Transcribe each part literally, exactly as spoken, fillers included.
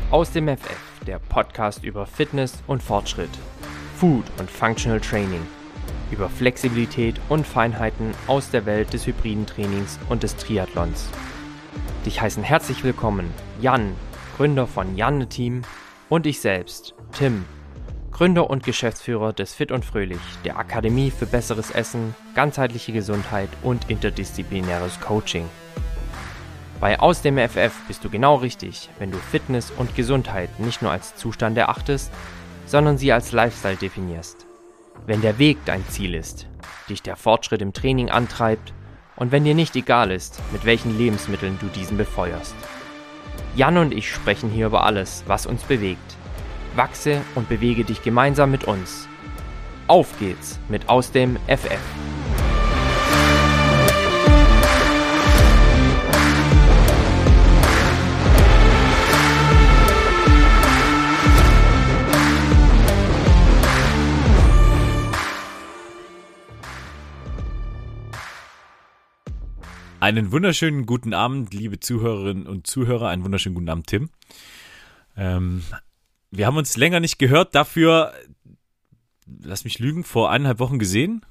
Aus dem F F, der Podcast über Fitness und Fortschritt, Food und Functional Training, über Flexibilität und Feinheiten aus der Welt des hybriden Trainings und des Triathlons. Dich heißen herzlich willkommen Jan, Gründer von Janne Team, und ich selbst, Tim, Gründer und Geschäftsführer des Fit und Fröhlich, der Akademie für besseres Essen, ganzheitliche Gesundheit und interdisziplinäres Coaching. Bei Aus dem F F bist du genau richtig, wenn du Fitness und Gesundheit nicht nur als Zustand erachtest, sondern sie als Lifestyle definierst. Wenn der Weg dein Ziel ist, dich der Fortschritt im Training antreibt und wenn dir nicht egal ist, mit welchen Lebensmitteln du diesen befeuerst. Jan und ich sprechen hier über alles, was uns bewegt. Wachse und bewege dich gemeinsam mit uns. Auf geht's mit Aus dem F F. Einen wunderschönen guten Abend, liebe Zuhörerinnen und Zuhörer. Einen wunderschönen guten Abend, Tim. Ähm, wir haben uns länger nicht gehört, dafür, lass mich lügen, vor eineinhalb Wochen gesehen.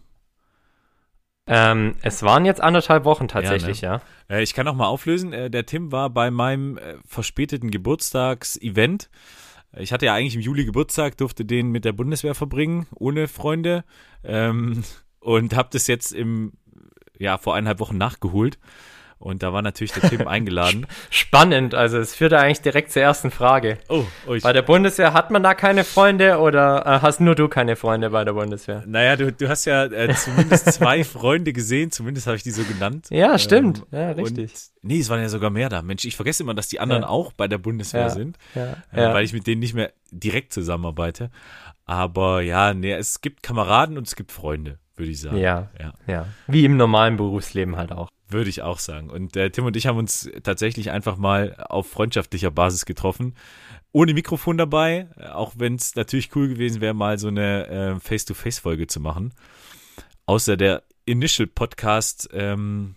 Ähm, es waren jetzt anderthalb Wochen tatsächlich, ja. Ne? ja. Äh, ich kann auch mal auflösen. Äh, der Tim war bei meinem äh, verspäteten Geburtstagsevent. Ich hatte ja eigentlich im Juli Geburtstag, durfte den mit der Bundeswehr verbringen, ohne Freunde. Ähm, und habe das jetzt im ja, vor eineinhalb Wochen nachgeholt. Und da war natürlich der Tim eingeladen. Spannend, also es führt eigentlich direkt zur ersten Frage. Oh, oh ich Bei der Bundeswehr hat man da keine Freunde oder äh, hast nur du keine Freunde bei der Bundeswehr? Naja, du, du hast ja äh, zumindest zwei Freunde gesehen, zumindest habe ich die so genannt. Ja, stimmt, ähm, ja, richtig. Und, nee, es waren ja sogar mehr da. Mensch, ich vergesse immer, dass die anderen ja. auch bei der Bundeswehr ja. sind, ja. Äh, Ja. weil ich mit denen nicht mehr direkt zusammenarbeite. Aber ja, nee, es gibt Kameraden und es gibt Freunde, würde ich sagen. Ja, ja, ja. Wie im normalen Berufsleben halt auch. Würde ich auch sagen. Und äh, Tim und ich haben uns tatsächlich einfach mal auf freundschaftlicher Basis getroffen. Ohne Mikrofon dabei, auch wenn es natürlich cool gewesen wäre, mal so eine äh, Face-to-Face-Folge zu machen. Außer der Initial-Podcast, ähm,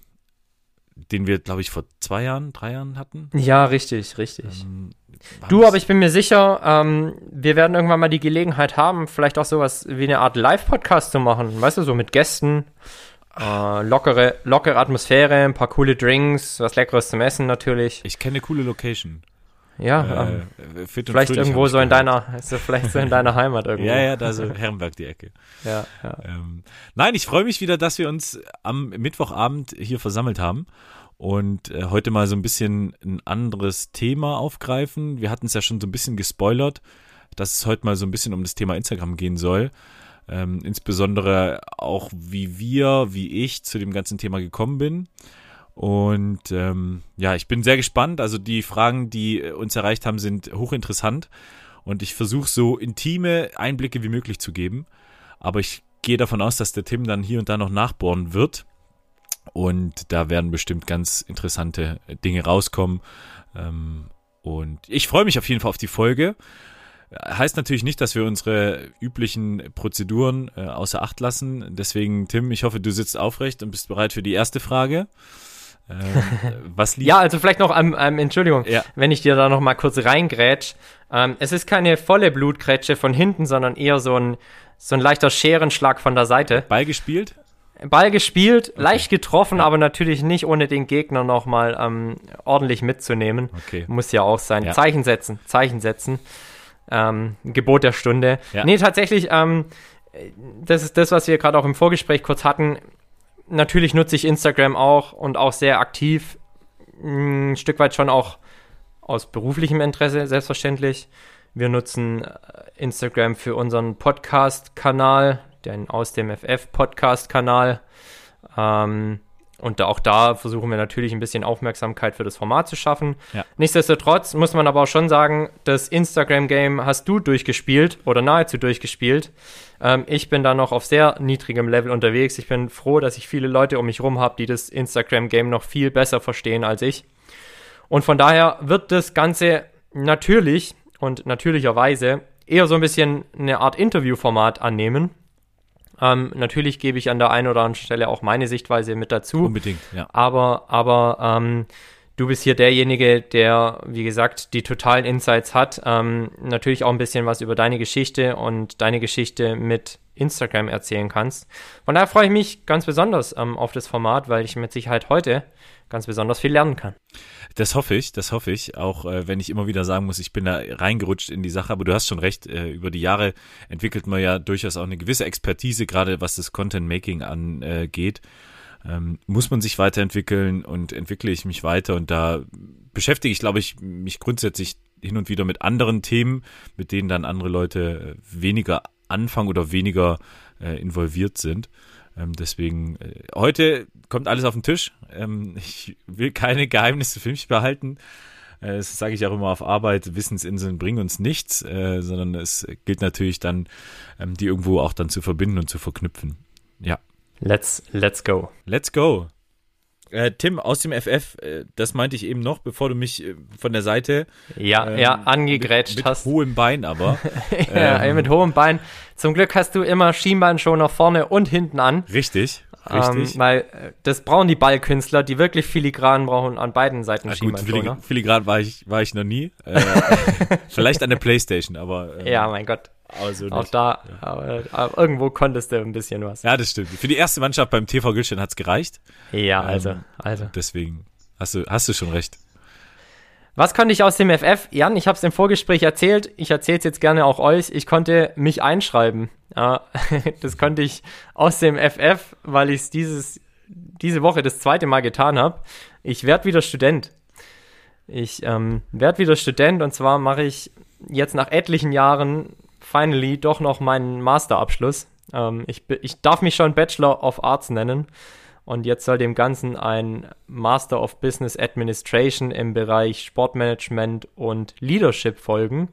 den wir, glaube ich, vor zwei Jahren, drei Jahren hatten. Ja, richtig, richtig. Ähm, du, aber ich bin mir sicher, ähm, wir werden irgendwann mal die Gelegenheit haben, vielleicht auch sowas wie eine Art Live-Podcast zu machen. Weißt du, so mit Gästen. Äh, lockere, lockere Atmosphäre, ein paar coole Drinks, was Leckeres zum Essen natürlich. Ich kenne eine coole Location. Ja, äh, ähm, Fit und vielleicht Fröhlich irgendwo so in gehört. deiner, so vielleicht so in deiner Heimat irgendwo. Ja, ja, da so Herrenberg die Ecke. Ja, ja. Ähm, nein, ich freue mich wieder, dass wir uns am Mittwochabend hier versammelt haben und äh, heute mal so ein bisschen ein anderes Thema aufgreifen. Wir hatten es ja schon so ein bisschen gespoilert, dass es heute mal so ein bisschen um das Thema Instagram gehen soll. Ähm, insbesondere auch, wie wir, wie ich zu dem ganzen Thema gekommen bin. Und ähm, ja, ich bin sehr gespannt. Also die Fragen, die uns erreicht haben, sind hochinteressant. Und ich versuche so intime Einblicke wie möglich zu geben. Aber ich gehe davon aus, dass der Tim dann hier und da noch nachbohren wird. Und da werden bestimmt ganz interessante Dinge rauskommen. Ähm, und ich freue mich auf jeden Fall auf die Folge. Heißt natürlich nicht, dass wir unsere üblichen Prozeduren äh, außer Acht lassen. Deswegen, Tim, ich hoffe, du sitzt aufrecht und bist bereit für die erste Frage. Ähm, was liegt? Ja, also vielleicht noch, ähm, ähm, Entschuldigung, Ja. wenn ich dir da noch mal kurz reingrätsch. Ähm, es ist keine volle Blutgrätsche von hinten, sondern eher so ein, so ein leichter Scherenschlag von der Seite. Ball gespielt? Ball gespielt, okay. Leicht getroffen, ja. Aber natürlich nicht ohne den Gegner noch mal ähm, ordentlich mitzunehmen. Okay. Muss ja auch sein. Ja. Zeichen setzen, Zeichen setzen. Ähm, Gebot der Stunde. Ja. Nee, tatsächlich, ähm, das ist das, was wir gerade auch im Vorgespräch kurz hatten. Natürlich nutze ich Instagram auch und auch sehr aktiv. Ein Stück weit schon auch aus beruflichem Interesse, selbstverständlich. Wir nutzen Instagram für unseren Podcast-Kanal, den Aus dem F F-Podcast-Kanal. Ähm, Und auch da versuchen wir natürlich ein bisschen Aufmerksamkeit für das Format zu schaffen. Ja. Nichtsdestotrotz muss man aber auch schon sagen, das Instagram-Game hast du durchgespielt oder nahezu durchgespielt. Ähm, ich bin da noch auf sehr niedrigem Level unterwegs. Ich bin froh, dass ich viele Leute um mich rum habe, die das Instagram-Game noch viel besser verstehen als ich. Und von daher wird das Ganze natürlich und natürlicherweise eher so ein bisschen eine Art Interviewformat annehmen. Ähm, natürlich gebe ich an der einen oder anderen Stelle auch meine Sichtweise mit dazu. Unbedingt, ja. Aber, aber ähm, du du bist hier derjenige, der, wie gesagt, die totalen Insights hat. Ähm, natürlich auch ein bisschen was über deine Geschichte und deine Geschichte mit Instagram erzählen kannst. Von daher freue ich mich ganz besonders ähm, auf das Format, weil ich mit Sicherheit heute ganz besonders viel lernen kann. Das hoffe ich, das hoffe ich, auch äh, wenn ich immer wieder sagen muss, ich bin da reingerutscht in die Sache, aber du hast schon recht, äh, über die Jahre entwickelt man ja durchaus auch eine gewisse Expertise, gerade was das Content-Making angeht. Ähm, muss man sich weiterentwickeln und entwickle ich mich weiter und da beschäftige ich, glaube ich, mich grundsätzlich hin und wieder mit anderen Themen, mit denen dann andere Leute weniger anfangen oder weniger äh, involviert sind. Ähm, deswegen, äh, heute kommt alles auf den Tisch. Ähm, ich will keine Geheimnisse für mich behalten. Äh, das sage ich auch immer auf Arbeit. Wissensinseln bringen uns nichts, äh, sondern es gilt natürlich dann, ähm, die irgendwo auch dann zu verbinden und zu verknüpfen. Ja. Let's, let's go. Let's go. Äh, Tim, aus dem F F, äh, das meinte ich eben noch, bevor du mich äh, von der Seite ja, ähm, ja, angegrätscht mit, mit hast. Mit hohem Bein aber. ja, ähm, mit hohem Bein. Zum Glück hast du immer Schienbeinschoner vorne und hinten an. Richtig, richtig. Ähm, weil das brauchen die Ballkünstler, die wirklich filigran brauchen an beiden Seiten Na gut, Schienbeinschoner. filig- filigran war ich, war ich noch nie. Äh, vielleicht an der Playstation, aber ähm, ja, mein Gott. Also auch da, ja. aber, aber irgendwo konntest du ein bisschen was. Ja, das stimmt. Für die erste Mannschaft beim T V Gülstein hat's gereicht. Ja, also, ähm, also. Deswegen hast du, hast du schon recht. Was konnte ich aus dem F F? Jan, ich habe es im Vorgespräch erzählt. Ich erzähle es jetzt gerne auch euch. Ich konnte mich einschreiben. Ja, das konnte ich aus dem F F, weil ich es dieses diese Woche das zweite Mal getan habe. Ich werde wieder Student. Ich ähm, werde wieder Student und zwar mache ich jetzt nach etlichen Jahren finally doch noch meinen Masterabschluss. Ähm, ich, ich darf mich schon Bachelor of Arts nennen und jetzt soll dem Ganzen ein Master of Business Administration im Bereich Sportmanagement und Leadership folgen.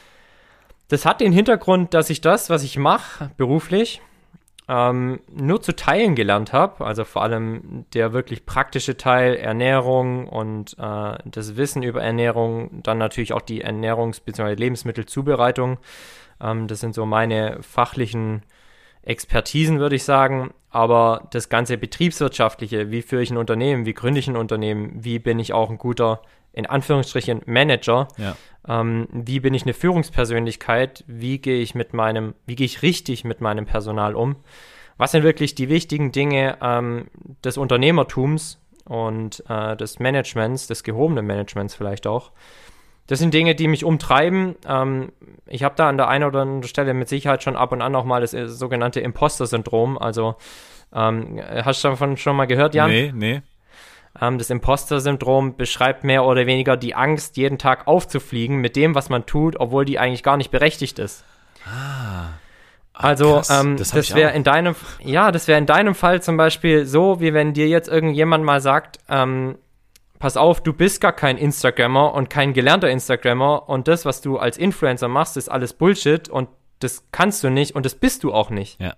Das hat den Hintergrund, dass ich das, was ich mache beruflich, ähm, nur zu teilen gelernt habe. Also vor allem der wirklich praktische Teil Ernährung und äh, das Wissen über Ernährung, dann natürlich auch die Ernährungs- bzw. Lebensmittelzubereitung. Ähm, das sind so meine fachlichen Expertisen, würde ich sagen. Aber das ganze Betriebswirtschaftliche, wie führe ich ein Unternehmen, wie gründe ich ein Unternehmen, wie bin ich auch ein guter, in Anführungsstrichen, Manager, ja. ähm, wie bin ich eine Führungspersönlichkeit, wie gehe ich mit meinem, wie gehe ich richtig mit meinem Personal um, was sind wirklich die wichtigen Dinge ähm, des Unternehmertums und äh, des Managements, des gehobenen Managements vielleicht auch. Das sind Dinge, die mich umtreiben. Ähm, ich habe da an der einen oder anderen Stelle mit Sicherheit schon ab und an auch mal das äh, sogenannte Imposter-Syndrom. Also, ähm, hast du davon schon mal gehört, Jan? Nee, nee. Ähm, das Imposter-Syndrom beschreibt mehr oder weniger die Angst, jeden Tag aufzufliegen mit dem, was man tut, obwohl die eigentlich gar nicht berechtigt ist. Ah. Also, krass, ähm, das, das wäre in deinem, ja, das wäre in deinem Fall zum Beispiel so, wie wenn dir jetzt irgendjemand mal sagt, ähm, pass auf, du bist gar kein Instagrammer und kein gelernter Instagrammer und das, was du als Influencer machst, ist alles Bullshit und das kannst du nicht und das bist du auch nicht. Ja.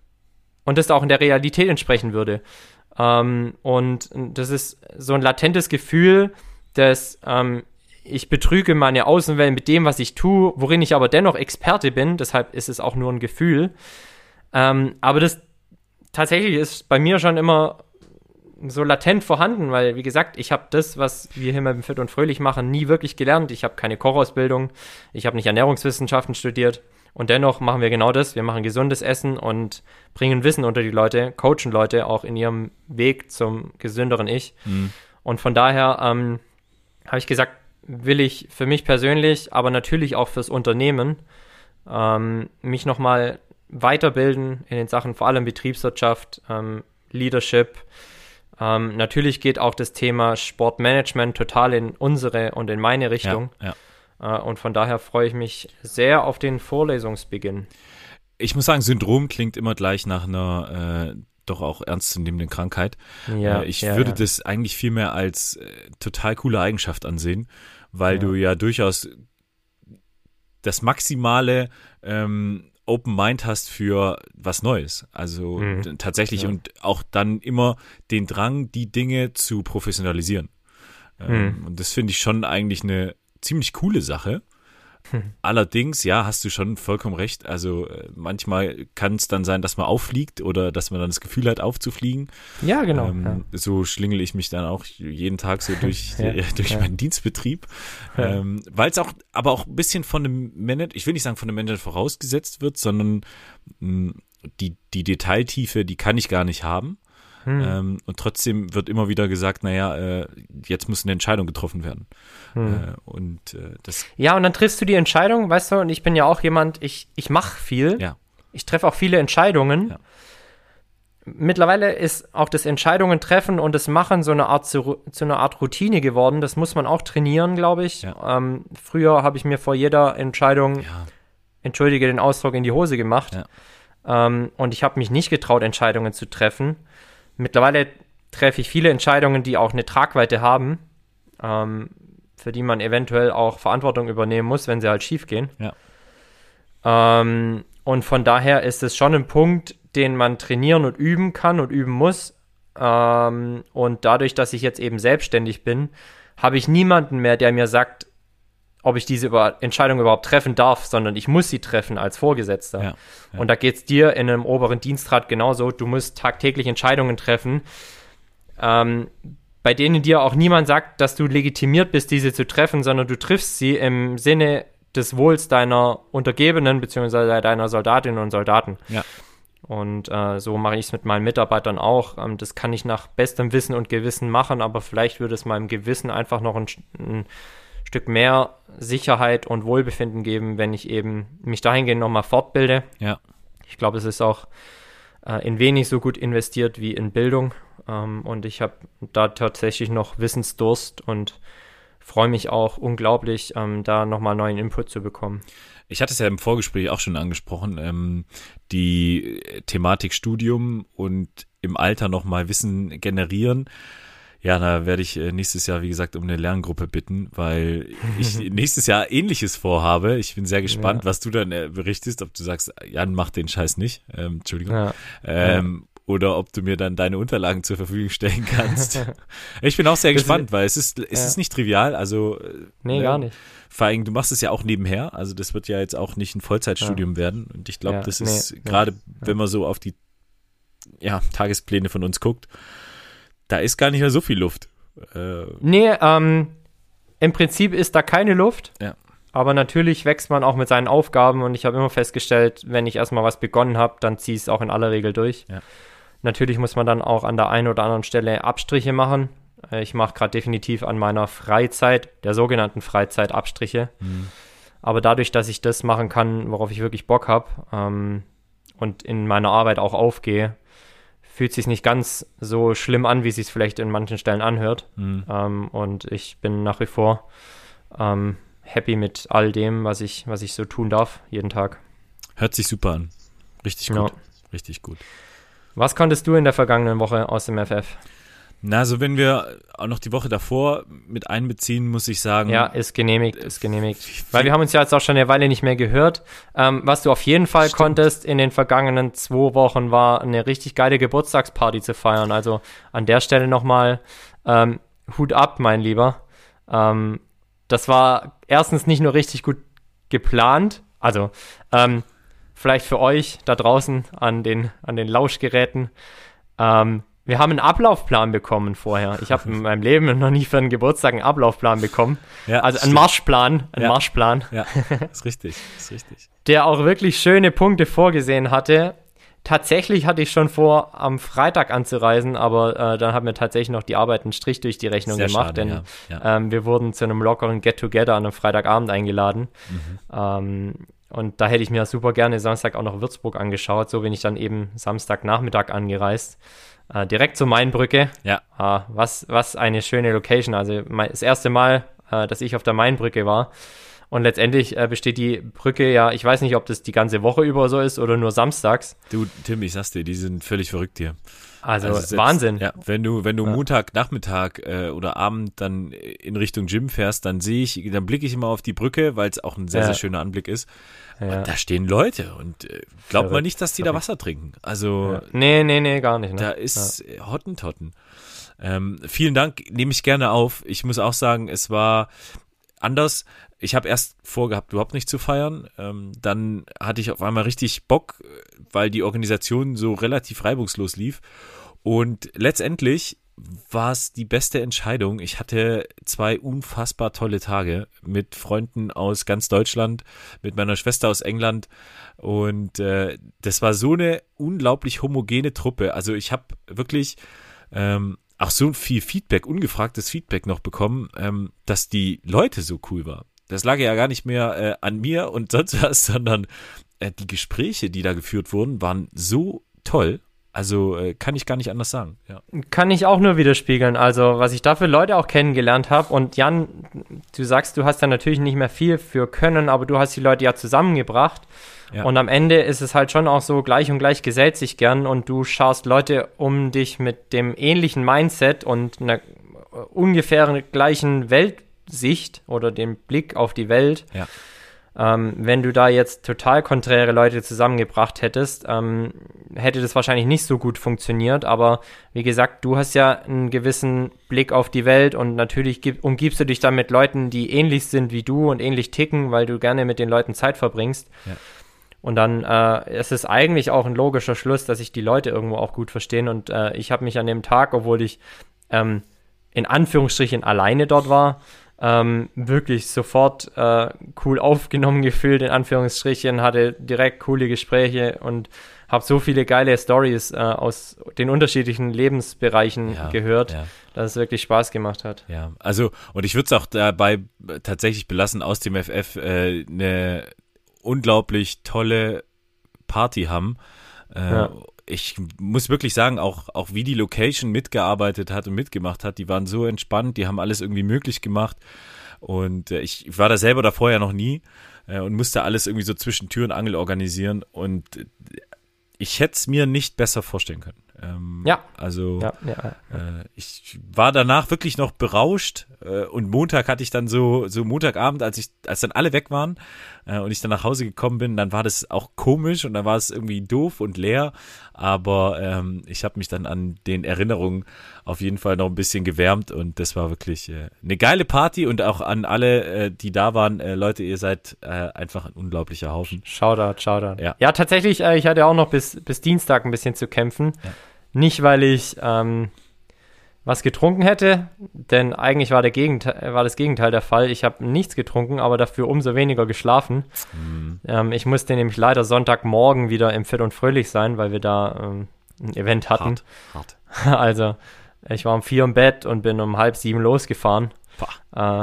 Und das auch in der Realität entsprechen würde. Ähm, und das ist so ein latentes Gefühl, dass ähm, ich betrüge meine Außenwelt mit dem, was ich tue, worin ich aber dennoch Experte bin, deshalb ist es auch nur ein Gefühl. Ähm, aber das tatsächlich ist bei mir schon immer so latent vorhanden, weil, wie gesagt, ich habe das, was wir hier mit Fit und Fröhlich machen, nie wirklich gelernt. Ich habe keine Kochausbildung, ich habe nicht Ernährungswissenschaften studiert und dennoch machen wir genau das. Wir machen gesundes Essen und bringen Wissen unter die Leute, coachen Leute auch in ihrem Weg zum gesünderen Ich. Mhm. Und von daher ähm, habe ich gesagt, will ich für mich persönlich, aber natürlich auch fürs Unternehmen ähm, mich nochmal weiterbilden in den Sachen, vor allem Betriebswirtschaft, ähm, Leadership. Ähm, natürlich geht auch das Thema Sportmanagement total in unsere und in meine Richtung. Ja, ja. Äh, und von daher freue ich mich sehr auf den Vorlesungsbeginn. Ich muss sagen, Syndrom klingt immer gleich nach einer äh, doch auch ernstzunehmenden Krankheit. Ja, äh, ich ja, würde ja. das eigentlich viel mehr als äh, total coole Eigenschaft ansehen, weil Ja. du ja durchaus das maximale ähm, Open Mind hast für was Neues. Also Mhm. t- tatsächlich Ja. und auch dann immer den Drang, die Dinge zu professionalisieren. Ähm, Mhm. und das finde ich schon eigentlich eine ziemlich coole Sache. Allerdings, ja, hast du schon vollkommen recht. Also äh, manchmal kann es dann sein, dass man auffliegt oder dass man dann das Gefühl hat, aufzufliegen. Ja, genau. Ähm, ja. So schlingel ich mich dann auch jeden Tag so durch, Ja, äh, durch ja. meinen Dienstbetrieb. Ja. Ähm, weil es auch, aber auch ein bisschen von dem Manager, ich will nicht sagen von dem Manager vorausgesetzt wird, sondern mh, die, die Detailtiefe, die kann ich gar nicht haben. Hm. Ähm, und trotzdem wird immer wieder gesagt, naja, äh, jetzt muss eine Entscheidung getroffen werden. Hm. Äh, und äh, das, Ja, und dann triffst du die Entscheidung, weißt du, und ich bin ja auch jemand, ich, ich mache viel. ja, Ich treffe auch viele Entscheidungen. Ja. Mittlerweile ist auch das Entscheidungen treffen und das Machen so eine Art zu, zu einer Art Routine geworden. Das muss man auch trainieren, glaube ich. Ja. Ähm, früher habe ich mir vor jeder Entscheidung, ja, entschuldige den Ausdruck, in die Hose gemacht. Ja. Ähm, und ich habe mich nicht getraut, Entscheidungen zu treffen. Mittlerweile treffe ich viele Entscheidungen, die auch eine Tragweite haben, ähm, für die man eventuell auch Verantwortung übernehmen muss, wenn sie halt schief gehen. Ja. Ähm, und von daher ist es schon ein Punkt, den man trainieren und üben kann und üben muss. Ähm, und dadurch, dass ich jetzt eben selbstständig bin, habe ich niemanden mehr, der mir sagt, ob ich diese über Entscheidung überhaupt treffen darf, sondern ich muss sie treffen als Vorgesetzter. Ja, ja. Und da geht es dir in einem oberen Dienstrat genauso. Du musst tagtäglich Entscheidungen treffen, ähm, bei denen dir auch niemand sagt, dass du legitimiert bist, diese zu treffen, sondern du triffst sie im Sinne des Wohls deiner Untergebenen bzw. deiner Soldatinnen und Soldaten. Ja. Und äh, so mache ich es mit meinen Mitarbeitern auch. Ähm, das kann ich nach bestem Wissen und Gewissen machen, aber vielleicht würde es meinem Gewissen einfach noch ein, ein Stück mehr Sicherheit und Wohlbefinden geben, wenn ich eben mich dahingehend nochmal fortbilde. Ja. Ich glaube, es ist auch äh, in wenig so gut investiert wie in Bildung. Ähm, und ich habe da tatsächlich noch Wissensdurst und freue mich auch unglaublich, ähm, da nochmal neuen Input zu bekommen. Ich hatte es ja im Vorgespräch auch schon angesprochen, ähm, die Thematik Studium und im Alter nochmal Wissen generieren. Ja, da werde ich nächstes Jahr, wie gesagt, um eine Lerngruppe bitten, weil ich nächstes Jahr Ähnliches vorhabe. Ich bin sehr gespannt, Ja. was du dann äh, berichtest, ob du sagst, Jan, mach den Scheiß nicht, ähm, Entschuldigung, Ja. ähm, oder ob du mir dann deine Unterlagen zur Verfügung stellen kannst. Ich bin auch sehr Das gespannt, ist- weil es ist, es ja. ist nicht trivial, also äh, Nee, ne, gar nicht. Vor allem, du machst es ja auch nebenher, also das wird ja jetzt auch nicht ein Vollzeitstudium werden und ich glaube, Ja, das nee, ist nee, gerade, wenn man so auf die ja, Tagespläne von uns guckt, da ist gar nicht mehr so viel Luft. Äh, Nee, ähm, im Prinzip ist da keine Luft. Ja. Aber natürlich wächst man auch mit seinen Aufgaben und ich habe immer festgestellt, wenn ich erstmal was begonnen habe, dann ziehe ich es auch in aller Regel durch. Ja. Natürlich muss man dann auch an der einen oder anderen Stelle Abstriche machen. Äh, Ich mache gerade definitiv an meiner Freizeit, der sogenannten Freizeit, Abstriche. Mhm. Aber dadurch, dass ich das machen kann, worauf ich wirklich Bock habe ähm, und in meiner Arbeit auch aufgehe, fühlt sich nicht ganz so schlimm an, wie es sich vielleicht in manchen Stellen anhört. Mhm. Ähm, und ich bin nach wie vor ähm, happy mit all dem, was ich, was ich so tun darf, jeden Tag. Hört sich super an. Richtig gut. Ja. Richtig gut. Was konntest du in der vergangenen Woche aus dem F F? Na, also wenn wir auch noch die Woche davor mit einbeziehen, muss ich sagen, Ja, ist genehmigt, ist genehmigt. Weil wir haben uns ja jetzt auch schon eine Weile nicht mehr gehört. Ähm, was du auf jeden Fall Stimmt. konntest in den vergangenen zwei Wochen, war eine richtig geile Geburtstagsparty zu feiern. Also an der Stelle nochmal ähm, Hut ab, mein Lieber. Ähm, das war erstens nicht nur richtig gut geplant, also ähm, vielleicht für euch da draußen an den, an den Lauschgeräten. Ähm, wir haben einen Ablaufplan bekommen vorher. Ich habe in meinem Leben noch nie für einen Geburtstag einen Ablaufplan bekommen. Ja, Also einen stimmt. Marschplan, einen Ja. Marschplan, Ja, ist richtig, ist richtig. der auch wirklich schöne Punkte vorgesehen hatte. Tatsächlich hatte ich schon vor, am Freitag anzureisen, aber äh, dann hat mir tatsächlich noch die Arbeit einen Strich durch die Rechnung Sehr gemacht, schade, denn ja, ja. Ähm, wir wurden zu einem lockeren Get-Together an einem Freitagabend eingeladen. Mhm. Ähm, und da hätte ich mir super gerne Samstag auch noch Würzburg angeschaut. So bin ich dann eben Samstagnachmittag angereist. Äh, direkt zur Mainbrücke. Ja. Ah, was, was eine schöne Location. Also mein, das erste Mal, äh, dass ich auf der Mainbrücke war. Und letztendlich äh, besteht die Brücke ja, ich weiß nicht, ob das die ganze Woche über so ist oder nur samstags. Du, Tim, ich sag's dir, die sind völlig verrückt hier. Also, Also selbst- Wahnsinn. Ja, wenn du, wenn du Ja. Montag, Nachmittag äh, oder Abend dann in Richtung Gym fährst, dann sehe ich, dann blicke ich immer auf die Brücke, weil es auch ein sehr, Ja. sehr schöner Anblick ist. Ja. Und da stehen Leute und äh, glaubt mal Verrückt. nicht, dass die da Wasser trinken. Also Ja. Nee, nee, nee, gar nicht. Ne? da ist ja. Hottentotten. Ähm, vielen Dank, nehme ich gerne auf. Ich muss auch sagen, es war anders. Ich habe erst vorgehabt, überhaupt nicht zu feiern. Ähm, dann hatte ich auf einmal richtig Bock, weil die Organisation so relativ reibungslos lief. Und letztendlich war es die beste Entscheidung. Ich hatte zwei unfassbar tolle Tage mit Freunden aus ganz Deutschland, mit meiner Schwester aus England. Und äh, das war so eine unglaublich homogene Truppe. Also ich habe wirklich ähm, auch so viel Feedback, ungefragtes Feedback noch bekommen, ähm, dass die Leute so cool waren. Das lag ja gar nicht mehr äh, an mir und sonst was, sondern äh, die Gespräche, die da geführt wurden, waren so toll. Also äh, kann ich gar nicht anders sagen. Ja. Kann ich auch nur widerspiegeln. Also was ich da für Leute auch kennengelernt habe. Und Jan, du sagst, du hast da natürlich nicht mehr viel für können, aber du hast die Leute ja zusammengebracht. Ja. Und am Ende ist es halt schon auch so, gleich und gleich gesellt sich gern und du schaust Leute um dich mit dem ähnlichen Mindset und einer ungefähr gleichen Weltsicht oder dem Blick auf die Welt. Ja. Ähm, wenn du da jetzt total konträre Leute zusammengebracht hättest, ähm, hätte das wahrscheinlich nicht so gut funktioniert, aber wie gesagt, du hast ja einen gewissen Blick auf die Welt und natürlich gib, umgibst du dich dann mit Leuten, die ähnlich sind wie du und ähnlich ticken, weil du gerne mit den Leuten Zeit verbringst. Ja. Und dann äh, ist es eigentlich auch ein logischer Schluss, dass sich die Leute irgendwo auch gut verstehen und äh, ich habe mich an dem Tag, obwohl ich ähm, in Anführungsstrichen alleine dort war, Ähm, wirklich sofort äh, cool aufgenommen gefühlt, in Anführungsstrichen, hatte direkt coole Gespräche und habe so viele geile Stories äh, aus den unterschiedlichen Lebensbereichen ja, gehört, ja. dass es wirklich Spaß gemacht hat. Ja, also und ich würde es auch dabei tatsächlich belassen, aus dem F F äh, eine unglaublich tolle Party haben. Äh, ja. Ich muss wirklich sagen, auch, auch wie die Location mitgearbeitet hat und mitgemacht hat, die waren so entspannt, die haben alles irgendwie möglich gemacht und äh, ich, ich war da selber davor ja noch nie äh, und musste alles irgendwie so zwischen Tür und Angel organisieren und äh, ich hätte es mir nicht besser vorstellen können. Ähm, ja. Also ja, ja, ja. Äh, ich war danach wirklich noch berauscht äh, und Montag hatte ich dann so, so Montagabend, als ich, als dann alle weg waren äh, und ich dann nach Hause gekommen bin, dann war das auch komisch und dann war es irgendwie doof und leer, aber ähm, ich habe mich dann an den Erinnerungen auf jeden Fall noch ein bisschen gewärmt und das war wirklich äh, eine geile Party und auch an alle, äh, die da waren, äh, Leute, ihr seid äh, einfach ein unglaublicher Haufen. Shoutout, Shoutout. Ja, ja tatsächlich, äh, ich hatte auch noch bis, bis Dienstag ein bisschen zu kämpfen. Ja. Nicht, weil ich ähm, was getrunken hätte, denn eigentlich war, der Gegenteil, war das Gegenteil der Fall. Ich habe nichts getrunken, aber dafür umso weniger geschlafen. Mhm. Ähm, ich musste nämlich leider Sonntagmorgen wieder im Fit und Fröhlich sein, weil wir da ähm, ein Event hatten. Hart, hart. Also ich war um vier im Bett und bin um halb sieben losgefahren. Äh,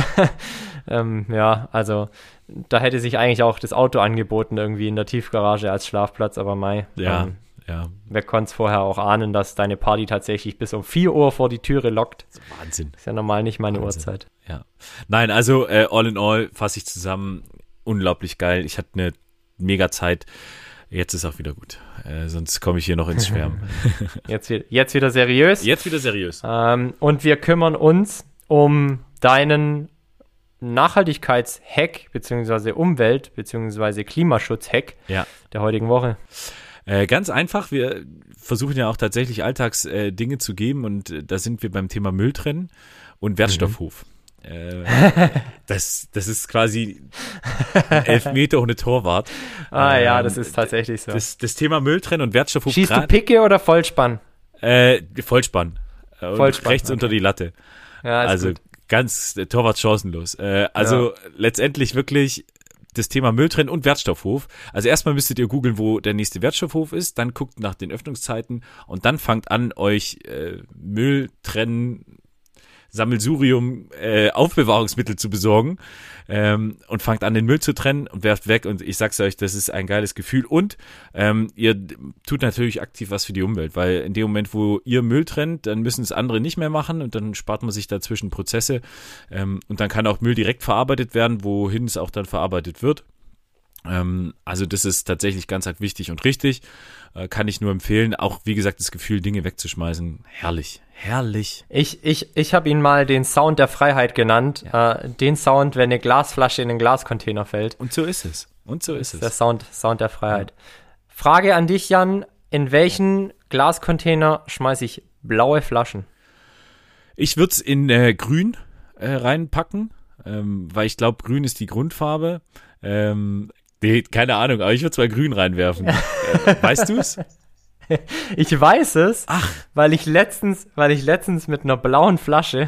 ähm, ja, also da hätte sich eigentlich auch das Auto angeboten, irgendwie in der Tiefgarage als Schlafplatz, aber mei. Ja. Ähm, Ja. Wer konnte es vorher auch ahnen, dass deine Party tatsächlich bis um vier Uhr vor die Türe lockt? Wahnsinn. Ist ja normal nicht meine Wahnsinn. Uhrzeit. Ja. Nein, also äh, all in all fasse ich zusammen, unglaublich geil. Ich hatte eine mega Zeit. Jetzt ist auch wieder gut. Äh, sonst komme ich hier noch ins Schwärmen. jetzt, jetzt wieder seriös. Jetzt wieder seriös. Ähm, und wir kümmern uns um deinen Nachhaltigkeitshack beziehungsweise Umwelt- beziehungsweise Klimaschutzhack ja. der heutigen Woche. Äh, ganz einfach, wir versuchen ja auch tatsächlich Alltagsdinge äh, Dinge zu geben und äh, da sind wir beim Thema Müll trennen und Wertstoffhof. Mhm. Äh, das, das ist quasi ein Elfmeter ohne Torwart. Ah ähm, ja, das ist tatsächlich so. Das, das Thema Müll trennen und Wertstoffhof. Schießt du Picke oder Vollspann? Äh, Vollspann. Und Vollspann, rechts okay. unter die Latte. Ja, ist also gut. ganz äh, Torwart chancenlos. Äh, also ja. letztendlich wirklich das Thema Müll trennen und Wertstoffhof. Also erstmal müsstet ihr googeln, wo der nächste Wertstoffhof ist, dann guckt nach den Öffnungszeiten und dann fangt an, euch äh, Müll trennen, Sammelsurium, äh, Aufbewahrungsmittel zu besorgen ähm, und fangt an, den Müll zu trennen und werft weg und ich sag's euch, das ist ein geiles Gefühl und ähm, ihr tut natürlich aktiv was für die Umwelt, weil in dem Moment, wo ihr Müll trennt, dann müssen es andere nicht mehr machen und dann spart man sich dazwischen Prozesse ähm, und dann kann auch Müll direkt verarbeitet werden, wohin es auch dann verarbeitet wird. Ähm, also das ist tatsächlich ganz arg wichtig und richtig, äh, kann ich nur empfehlen, auch wie gesagt, das Gefühl, Dinge wegzuschmeißen, herrlich. Herrlich. Ich, ich, ich habe ihn mal den Sound der Freiheit genannt. Ja. Äh, den Sound, wenn eine Glasflasche in den Glascontainer fällt. Und so ist es. Und so ist es. Der Sound, Sound der Freiheit. Ja. Frage an dich, Jan. In welchen Glascontainer schmeiße ich blaue Flaschen? Ich würde es in äh, grün äh, reinpacken. ähm, weil ich glaube, grün ist die Grundfarbe. Ähm, nee, keine Ahnung, aber ich würde zwar grün reinwerfen. äh, weißt du es? Ich weiß es, Ach. weil ich letztens, weil ich letztens mit einer blauen Flasche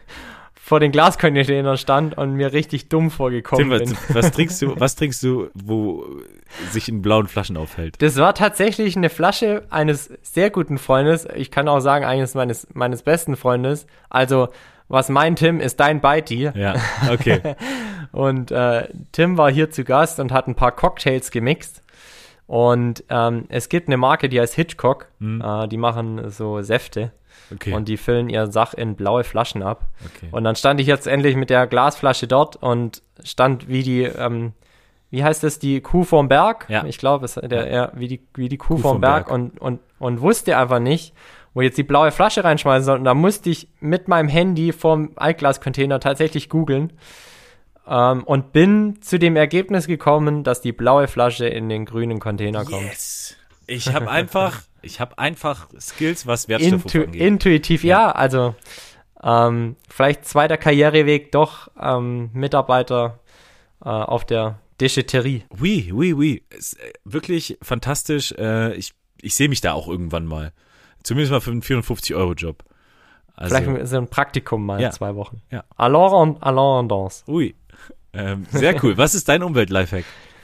vor den Glascontainern stand und mir richtig dumm vorgekommen Tim, bin. was, was trinkst du, was trinkst du, wo sich in blauen Flaschen aufhält? Das war tatsächlich eine Flasche eines sehr guten Freundes. Ich kann auch sagen, eines meines, meines besten Freundes. Also, was mein Tim ist dein Beiti. Ja, okay. Und äh, Tim war hier zu Gast und hat ein paar Cocktails gemixt. Und ähm, es gibt eine Marke, die heißt Hitchcock. Hm. Äh, die machen so Säfte. Okay. Und die füllen ihr Sach in blaue Flaschen ab. Okay. Und dann stand ich jetzt endlich mit der Glasflasche dort und stand wie die, ähm, wie heißt das, die Kuh vorm Berg? Ja. Ich glaube, es der, Ja. ja, wie die, wie die Kuh, Kuh vorm vorm Berg, Berg. Und, und, und wusste einfach nicht, wo jetzt die blaue Flasche reinschmeißen soll. Und da musste ich mit meinem Handy vorm Altglascontainer tatsächlich googeln. Ähm, und bin zu dem Ergebnis gekommen, dass die blaue Flasche in den grünen Container kommt. Yes. Ich habe einfach, ich habe einfach Skills, was Wertstoffe Intu- angeht. intuitiv, ja, ja also ähm, vielleicht zweiter Karriereweg doch ähm, Mitarbeiter äh, auf der Déchetterie. Oui, oui, oui. Ist, äh, wirklich fantastisch. Äh, ich ich sehe mich da auch irgendwann mal. Zumindest mal für einen vierundfünfzig-Euro-Job. Also, Vielleicht so ein Praktikum mal Ja. in zwei Wochen. Ja. Alors en, alors en danse. Ui. Ähm, sehr cool. Was ist dein Umwelt-Lifehack?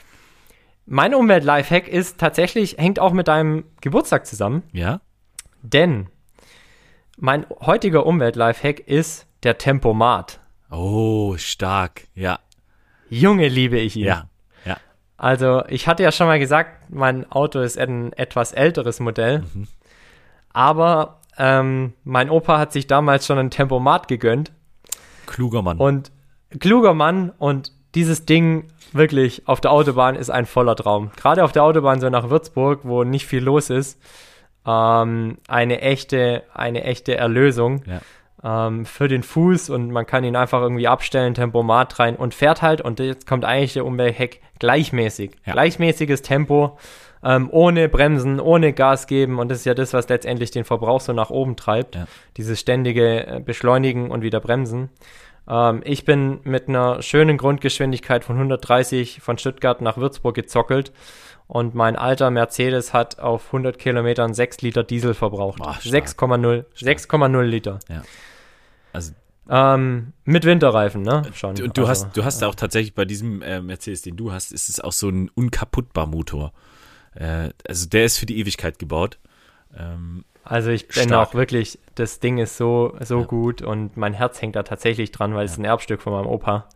Mein Umwelt-Lifehack ist tatsächlich, hängt auch mit deinem Geburtstag zusammen, Ja? denn mein heutiger Umwelt-Lifehack ist der Tempomat. Oh, stark. Ja, Junge, liebe ich ihn. ja, ja. Also, ich hatte ja schon mal gesagt, mein Auto ist ein etwas älteres Modell, Mhm. aber ähm, mein Opa hat sich damals schon ein Tempomat gegönnt Kluger Mann. und kluger Mann, und dieses Ding wirklich auf der Autobahn ist ein voller Traum. Gerade auf der Autobahn so nach Würzburg, wo nicht viel los ist, ähm, eine echte, eine echte Erlösung. Ja. ähm, für den Fuß, und man kann ihn einfach irgendwie abstellen, Tempomat rein und fährt halt, und jetzt kommt eigentlich der Umwelthack, gleichmäßig. Ja. Gleichmäßiges Tempo, ähm, ohne Bremsen, ohne Gas geben, und das ist ja das, was letztendlich den Verbrauch so nach oben treibt. Ja. Dieses ständige äh, Beschleunigen und wieder Bremsen. Ähm, ich bin mit einer schönen Grundgeschwindigkeit von hundertdreißig von Stuttgart nach Würzburg gezockelt. Und mein alter Mercedes hat auf hundert Kilometern sechs Liter Diesel verbraucht. Boah, stark. sechs Komma null. sechs Komma null Liter. Also, Ähm, mit Winterreifen, ne? Schon. und du also, hast, du hast auch tatsächlich bei diesem äh, Mercedes, den du hast, ist es auch so ein unkaputtbar Motor. Äh, also der ist für die Ewigkeit gebaut. Ähm, Also ich bin stark. auch wirklich, das Ding ist so, so Ja. gut, und mein Herz hängt da tatsächlich dran, weil es Ja. ist ein Erbstück von meinem Opa.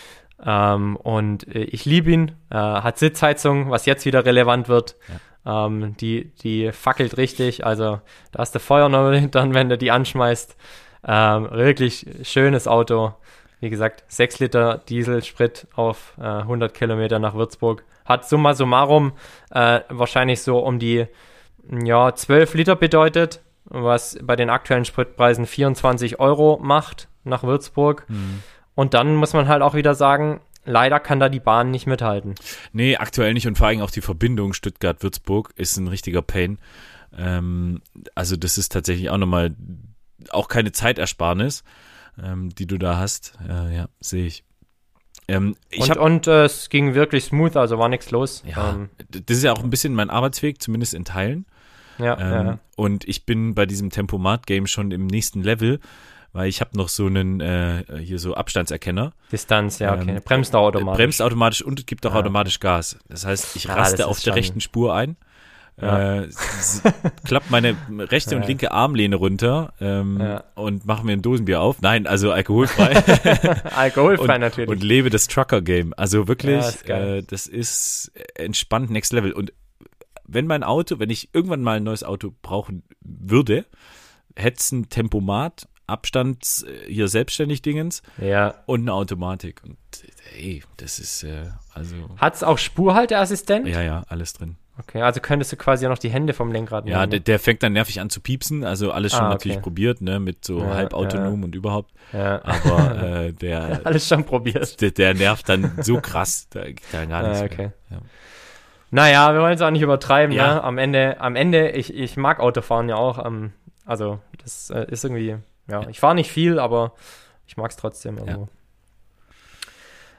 Ähm, und äh, ich liebe ihn. Äh, hat Sitzheizung, was jetzt wieder relevant wird. Ähm, die, die fackelt richtig. Also da hast du Feuer noch dann, wenn du die anschmeißt. Ähm, wirklich schönes Auto. Wie gesagt, sechs Liter Dieselsprit auf äh, hundert Kilometer nach Würzburg. Hat summa summarum äh, wahrscheinlich so um die ja, zwölf Liter bedeutet, was bei den aktuellen Spritpreisen vierundzwanzig Euro macht nach Würzburg. Mhm. Und dann muss man halt auch wieder sagen, leider kann da die Bahn nicht mithalten. Nee, aktuell nicht, und vor allem auch die Verbindung Stuttgart-Würzburg ist ein richtiger Pain. Ähm, also das ist tatsächlich auch nochmal auch keine Zeitersparnis, ähm, die du da hast. Äh, ja, sehe ich. Ähm, ich und hab, und äh, es ging wirklich smooth, also war nichts los. ja, Ähm, das ist ja auch ein bisschen mein Arbeitsweg, zumindest in Teilen. ja, Ähm, ja. Und ich bin bei diesem Tempomat-Game schon im nächsten Level, weil ich habe noch so einen äh, hier so Abstandserkenner. Distanz, ja, okay. Ähm, Bremst auch automatisch. Bremst automatisch und gibt auch Ja. automatisch Gas. Das heißt, ich Ja, raste das auf ist der schon- rechten Spur ein, Ja. äh, s- klapp meine rechte und Ja. linke Armlehne runter ähm, Ja. und mache mir ein Dosenbier auf. Nein, also alkoholfrei. Alkoholfrei und, natürlich. und lebe das Trucker-Game. Also wirklich, Ja, ist geil. äh, das ist entspannt Next Level. Und wenn mein Auto, wenn ich irgendwann mal ein neues Auto brauchen würde, hätte es ein Tempomat, Abstands, äh, hier selbstständig Dingens ja. und eine Automatik. Und ey, das ist äh, also, Hat es auch Spurhalteassistent? ja, ja, alles drin. Okay, also könntest du quasi auch noch die Hände vom Lenkrad Ja, nehmen. der, der fängt dann nervig an zu piepsen, also alles schon Ah, natürlich okay. probiert, ne, mit so Ja, halbautonom und überhaupt. Ja. Aber äh, der, Alles schon probiert. der, der nervt dann so krass, da, da gar nichts Ah, mehr. okay. Ja. Naja, wir wollen es auch nicht übertreiben, Ja. ne? Am Ende, am Ende, ich, ich mag Autofahren ja auch. Ähm, also, das äh, ist irgendwie, ja, ich fahre nicht viel, aber ich mag es trotzdem irgendwo.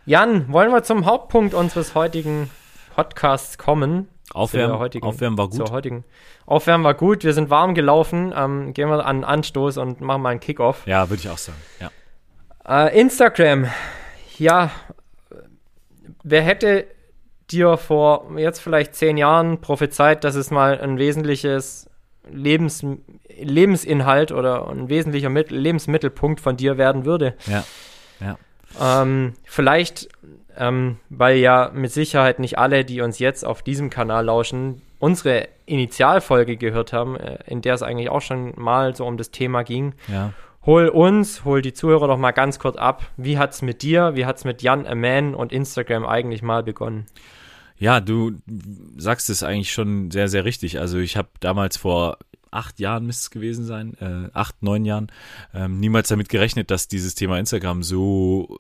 Jan, wollen wir zum Hauptpunkt unseres heutigen Podcasts kommen? Aufwärmen, heutigen, Aufwärmen war gut. Zur heutigen. Aufwärmen war gut, wir sind warm gelaufen. Ähm, gehen wir an den Anstoß und machen mal einen Kickoff. Ja, würde ich auch sagen, ja. Äh, Instagram, ja, wer hätte dir vor jetzt vielleicht zehn Jahren prophezeit, dass es mal ein wesentliches Lebens, Lebensinhalt oder ein wesentlicher Mit- Lebensmittelpunkt von dir werden würde? Ja, ja. Ähm, vielleicht, ähm, weil ja mit Sicherheit nicht alle, die uns jetzt auf diesem Kanal lauschen, unsere Initialfolge gehört haben, äh, in der es eigentlich auch schon mal so um das Thema ging. Ja. Hol uns, hol die Zuhörer doch mal ganz kurz ab. Wie hat's mit dir, wie hat's mit Jan Aman und Instagram eigentlich mal begonnen? Ja, du sagst es eigentlich schon sehr, sehr richtig. Also ich habe damals vor acht Jahren, müsste es gewesen sein, äh, acht, neun Jahren, ähm, niemals damit gerechnet, dass dieses Thema Instagram so,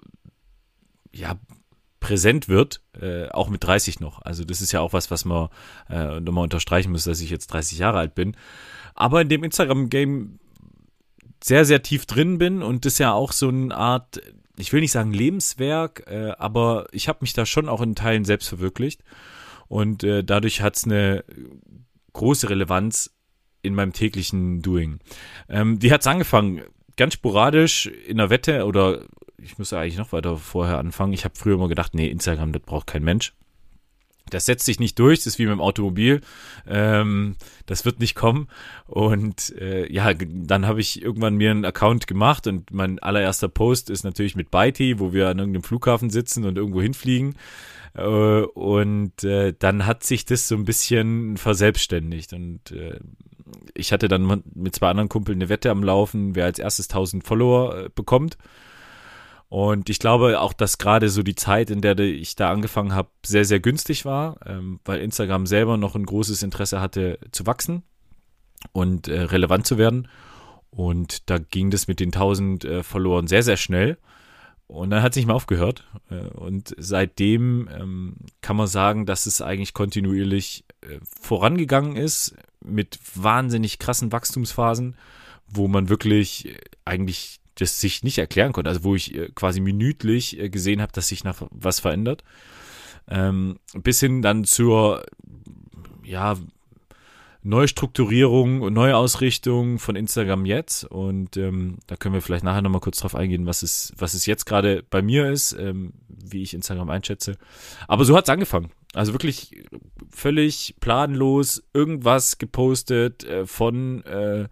ja, präsent wird, äh, auch mit dreißig noch. Also das ist ja auch was, was man äh, nochmal unterstreichen muss, dass ich jetzt dreißig Jahre alt bin. Aber in dem Instagram-Game sehr, sehr tief drin bin und das ja auch so eine Art, ich will nicht sagen Lebenswerk, äh, aber ich habe mich da schon auch in Teilen selbst verwirklicht und äh, dadurch hat es eine große Relevanz in meinem täglichen Doing. Ähm, wie hat es angefangen? Ganz sporadisch in der Wette oder ich muss eigentlich noch weiter vorher anfangen. Ich habe früher immer gedacht, nee, Instagram, das braucht kein Mensch. Das setzt sich nicht durch, das ist wie mit dem Automobil. Ähm, das wird nicht kommen. Und äh, ja, dann habe ich irgendwann mir einen Account gemacht und mein allererster Post ist natürlich mit Byte, wo wir an irgendeinem Flughafen sitzen und irgendwo hinfliegen. Äh, und äh, dann hat sich das so ein bisschen verselbstständigt. Und äh, ich hatte dann mit zwei anderen Kumpeln eine Wette am Laufen, wer als erstes tausend Follower äh, bekommt. Und ich glaube auch, dass gerade so die Zeit, in der ich da angefangen habe, sehr, sehr günstig war, ähm, weil Instagram selber noch ein großes Interesse hatte zu wachsen und äh, relevant zu werden. Und da ging das mit den tausend äh, Followern sehr, sehr schnell. Und dann hat es nicht mehr aufgehört. Äh, und seitdem ähm, kann man sagen, dass es eigentlich kontinuierlich äh, vorangegangen ist mit wahnsinnig krassen Wachstumsphasen, wo man wirklich äh, eigentlich das sich nicht erklären konnte, also wo ich äh, quasi minütlich äh, gesehen habe, dass sich nach was verändert, ähm, bis hin dann zur ja, Neustrukturierung und Neuausrichtung von Instagram jetzt und ähm, da können wir vielleicht nachher nochmal kurz drauf eingehen, was es, was es jetzt gerade bei mir ist, ähm, wie ich Instagram einschätze, aber so hat es angefangen, also wirklich völlig planlos irgendwas gepostet äh, von äh,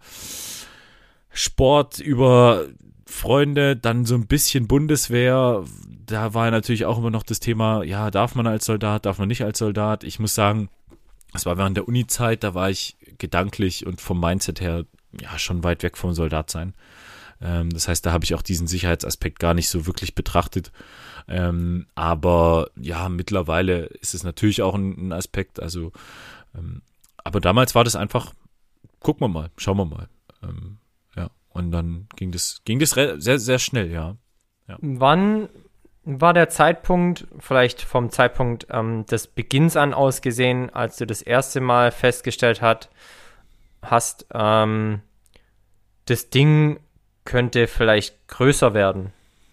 Sport über Freunde, dann so ein bisschen Bundeswehr, da war natürlich auch immer noch das Thema, ja, darf man als Soldat, darf man nicht als Soldat. Ich muss sagen, das war während der Uni-Zeit, da war ich gedanklich und vom Mindset her ja schon weit weg vom Soldatsein. Ähm, das heißt, da habe ich auch diesen Sicherheitsaspekt gar nicht so wirklich betrachtet. Ähm, aber ja, mittlerweile ist es natürlich auch ein, ein Aspekt, also ähm, aber damals war das einfach, gucken wir mal, schauen wir mal. Ähm, Und dann ging das, ging das re- sehr, sehr schnell, ja. ja. Wann war der Zeitpunkt, vielleicht vom Zeitpunkt ähm, des Beginns an aus gesehen, als du das erste Mal festgestellt hat, hast, ähm, das Ding könnte vielleicht größer werden?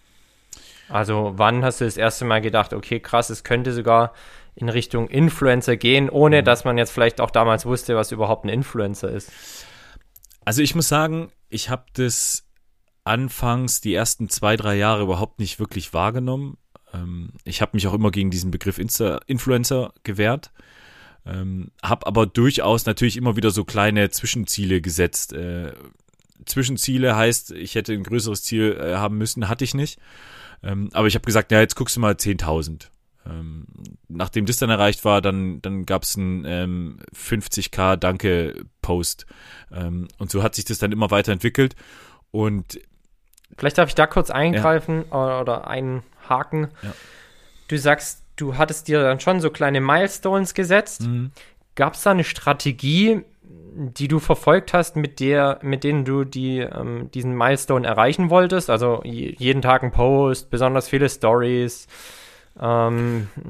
Also wann hast du das erste Mal gedacht, okay, krass, es könnte sogar in Richtung Influencer gehen, ohne mhm. dass man jetzt vielleicht auch damals wusste, was überhaupt ein Influencer ist? Also ich muss sagen, ich habe das anfangs die ersten zwei, drei Jahre überhaupt nicht wirklich wahrgenommen. Ähm, ich habe mich auch immer gegen diesen Begriff Insta- Influencer gewehrt, ähm, habe aber durchaus natürlich immer wieder so kleine Zwischenziele gesetzt. Äh, Zwischenziele heißt, ich hätte ein größeres Ziel äh, haben müssen, hatte ich nicht. Ähm, aber ich habe gesagt, ja, jetzt guckst du mal zehntausend. Ähm, nachdem das dann erreicht war, dann, dann gab es einen ähm, fünfzig K Danke-Post. Ähm, und so hat sich das dann immer weiterentwickelt. Und vielleicht darf ich da kurz eingreifen ja. oder einhaken. Ja. Du sagst, du hattest dir dann schon so kleine Milestones gesetzt. Mhm. Gab es da eine Strategie, die du verfolgt hast, mit der, mit denen du die, ähm, diesen Milestone erreichen wolltest? Also j- jeden Tag ein Post, besonders viele Stories. Ähm,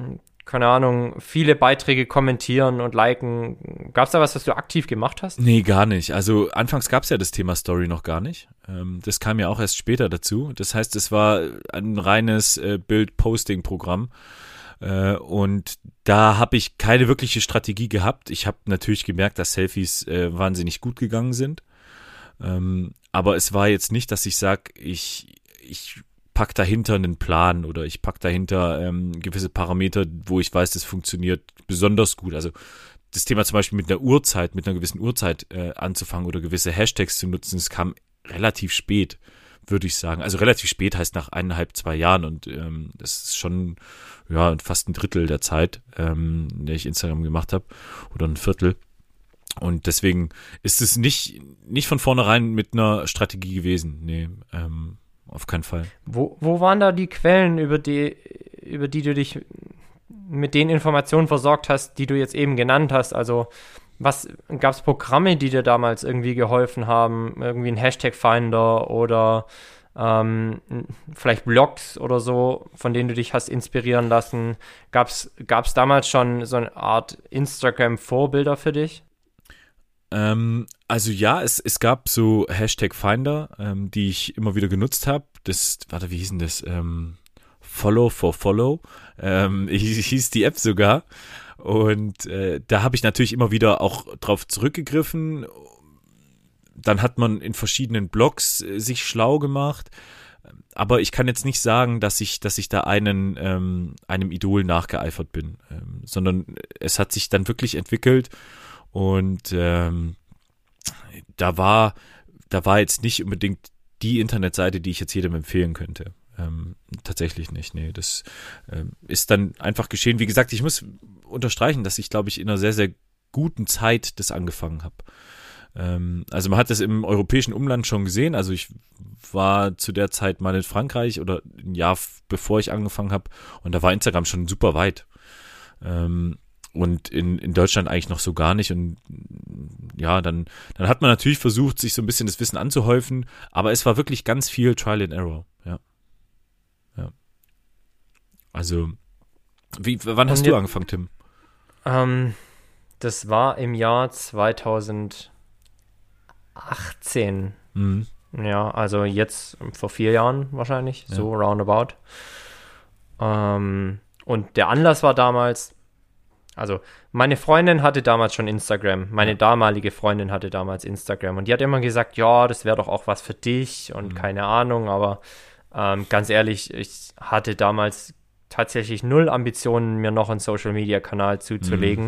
keine Ahnung, viele Beiträge kommentieren und liken. Gab es da was, was du aktiv gemacht hast? Nee, gar nicht. Also anfangs gab es ja das Thema Story noch gar nicht. Ähm, das kam ja auch erst später dazu. Das heißt, es war ein reines äh, Bild-Posting-Programm. Äh, und da habe ich keine wirkliche Strategie gehabt. Ich habe natürlich gemerkt, dass Selfies äh, wahnsinnig gut gegangen sind. Ähm, aber es war jetzt nicht, dass ich sage, ich, ich pack dahinter einen Plan oder ich pack dahinter ähm, gewisse Parameter, wo ich weiß, das funktioniert besonders gut. Also das Thema zum Beispiel mit einer Uhrzeit, mit einer gewissen Uhrzeit äh, anzufangen oder gewisse Hashtags zu nutzen, das kam relativ spät, würde ich sagen. Also relativ spät heißt nach eineinhalb, zwei Jahren und ähm, das ist schon ja fast ein Drittel der Zeit, ähm, in der ich Instagram gemacht habe oder ein Viertel. Und deswegen ist es nicht, nicht von vornherein mit einer Strategie gewesen. Nee, ähm, auf keinen Fall. Wo, wo waren da die Quellen, über die, über die du dich mit den Informationen versorgt hast, die du jetzt eben genannt hast? Also was gab es Programme, die dir damals irgendwie geholfen haben? Irgendwie ein Hashtag-Finder oder ähm, vielleicht Blogs oder so, von denen du dich hast inspirieren lassen? Gab es damals schon so eine Art Instagram-Vorbilder für dich? Ähm, also ja, es, es gab so Hashtag-Finder, ähm, die ich immer wieder genutzt habe. Das, warte, wie hieß denn das? Ähm, Follow for Follow. Ähm, hieß die App sogar. Und äh, da habe ich natürlich immer wieder auch drauf zurückgegriffen. Dann hat man in verschiedenen Blogs äh, sich schlau gemacht. Aber ich kann jetzt nicht sagen, dass ich, dass ich da einen, ähm, einem Idol nachgeeifert bin, ähm, sondern es hat sich dann wirklich entwickelt. Und ähm, da war, da war jetzt nicht unbedingt die Internetseite, die ich jetzt jedem empfehlen könnte. Ähm, tatsächlich nicht. Nee, das ähm, ist dann einfach geschehen. Wie gesagt, ich muss unterstreichen, dass ich, glaube ich, in einer sehr, sehr guten Zeit das angefangen habe. Ähm, also man hat das im europäischen Umland schon gesehen. Also ich war zu der Zeit mal in Frankreich oder ein Jahr bevor ich angefangen habe und da war Instagram schon super weit. Ähm, Und in, in Deutschland eigentlich noch so gar nicht. Und ja, dann, dann hat man natürlich versucht, sich so ein bisschen das Wissen anzuhäufen. Aber es war wirklich ganz viel Trial and Error. Ja. Ja. Also, wie, wann hast Und du jetzt, angefangen, Tim? Ähm, das war im Jahr zweitausendachtzehn. Mhm. Ja, also jetzt vor vier Jahren wahrscheinlich, Ja. so roundabout. Ähm, und der Anlass war damals, also meine Freundin hatte damals schon Instagram, meine Ja. damalige Freundin hatte damals Instagram und die hat immer gesagt, ja, das wäre doch auch was für dich und Mhm. keine Ahnung, aber ähm, ganz ehrlich, ich hatte damals tatsächlich null Ambitionen, mir noch einen Social-Media-Kanal zuzulegen. Mhm.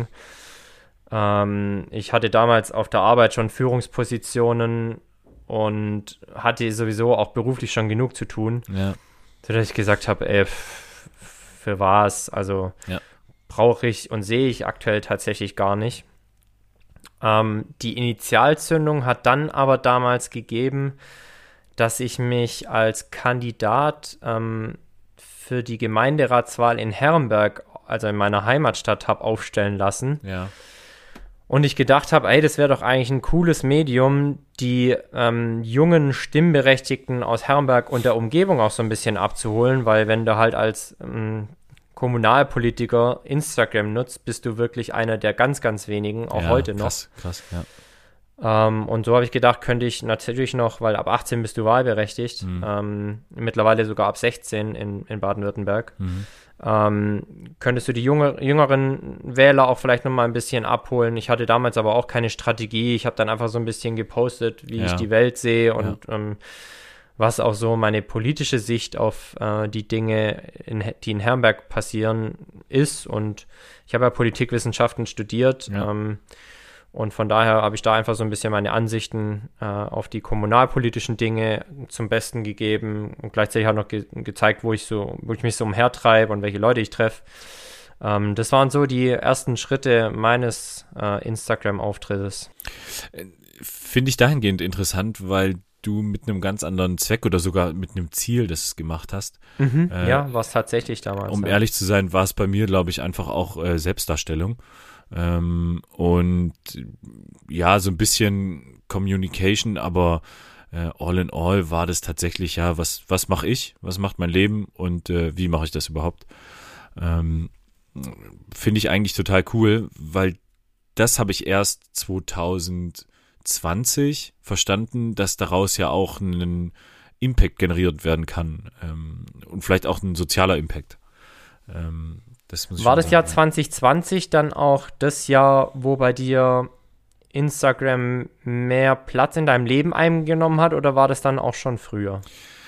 Ähm, ich hatte damals auf der Arbeit schon Führungspositionen und hatte sowieso auch beruflich schon genug zu tun, Ja. sodass ich gesagt habe, ey, f- für was, also Ja. brauche ich und sehe ich aktuell tatsächlich gar nicht. Ähm, die Initialzündung hat dann aber damals gegeben, dass ich mich als Kandidat ähm, für die Gemeinderatswahl in Herrenberg, also in meiner Heimatstadt, habe aufstellen lassen. Ja. Und ich gedacht habe, ey, das wäre doch eigentlich ein cooles Medium, die ähm, jungen Stimmberechtigten aus Herrenberg und der Umgebung auch so ein bisschen abzuholen, weil wenn du halt als ähm, Kommunalpolitiker Instagram nutzt, bist du wirklich einer der ganz, ganz wenigen, auch ja, heute noch. Krass, krass, ja. Ähm, und so habe ich gedacht, könnte ich natürlich noch, weil ab achtzehn bist du wahlberechtigt, Mhm. ähm, mittlerweile sogar ab sechzehn in, in Baden-Württemberg, Mhm. ähm, könntest du die junge, jüngeren Wähler auch vielleicht noch mal ein bisschen abholen. Ich hatte damals aber auch keine Strategie. Ich habe dann einfach so ein bisschen gepostet, wie Ja. ich die Welt sehe und ähm, was auch so meine politische Sicht auf äh, die Dinge, in, die in Herrenberg passieren, ist. Und ich habe ja Politikwissenschaften studiert. Ja. Ähm, und von daher habe ich da einfach so ein bisschen meine Ansichten äh, auf die kommunalpolitischen Dinge zum Besten gegeben und gleichzeitig auch noch ge gezeigt, wo ich so, wo ich mich so umhertreibe und welche Leute ich treffe. Ähm, das waren so die ersten Schritte meines äh, Instagram-Auftrittes. Finde ich dahingehend interessant, weil du mit einem ganz anderen Zweck oder sogar mit einem Ziel das gemacht hast. Mhm, Äh, ja, war es tatsächlich damals. Um ja. ehrlich zu sein, war es bei mir, glaube ich, einfach auch äh, Selbstdarstellung. Ähm, und ja, so ein bisschen Communication, aber äh, all in all war das tatsächlich, ja, was, was mache ich, was macht mein Leben und äh, wie mache ich das überhaupt? Ähm, finde ich eigentlich total cool, weil das habe ich erst zwanzig zwanzig verstanden, dass daraus ja auch ein Impact generiert werden kann ähm, und vielleicht auch ein sozialer Impact. Ähm, das muss ich War das sagen, Jahr ja. zwanzig zwanzig dann auch das Jahr, wo bei dir Instagram mehr Platz in deinem Leben eingenommen hat, oder war das dann auch schon früher?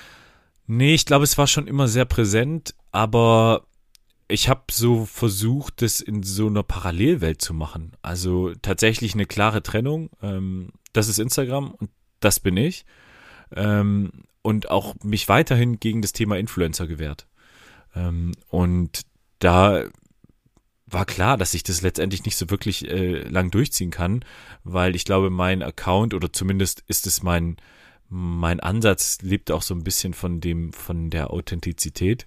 Nee, ich glaube, es war schon immer sehr präsent, aber ich habe so versucht, das in so einer Parallelwelt zu machen. Also tatsächlich eine klare Trennung. Ähm, das ist Instagram und das bin ich. Ähm, und auch mich weiterhin gegen das Thema Influencer gewehrt. Ähm, und da war klar, dass ich das letztendlich nicht so wirklich äh, lang durchziehen kann, weil ich glaube, mein Account oder zumindest ist es mein mein Ansatz lebt auch so ein bisschen von dem von der Authentizität.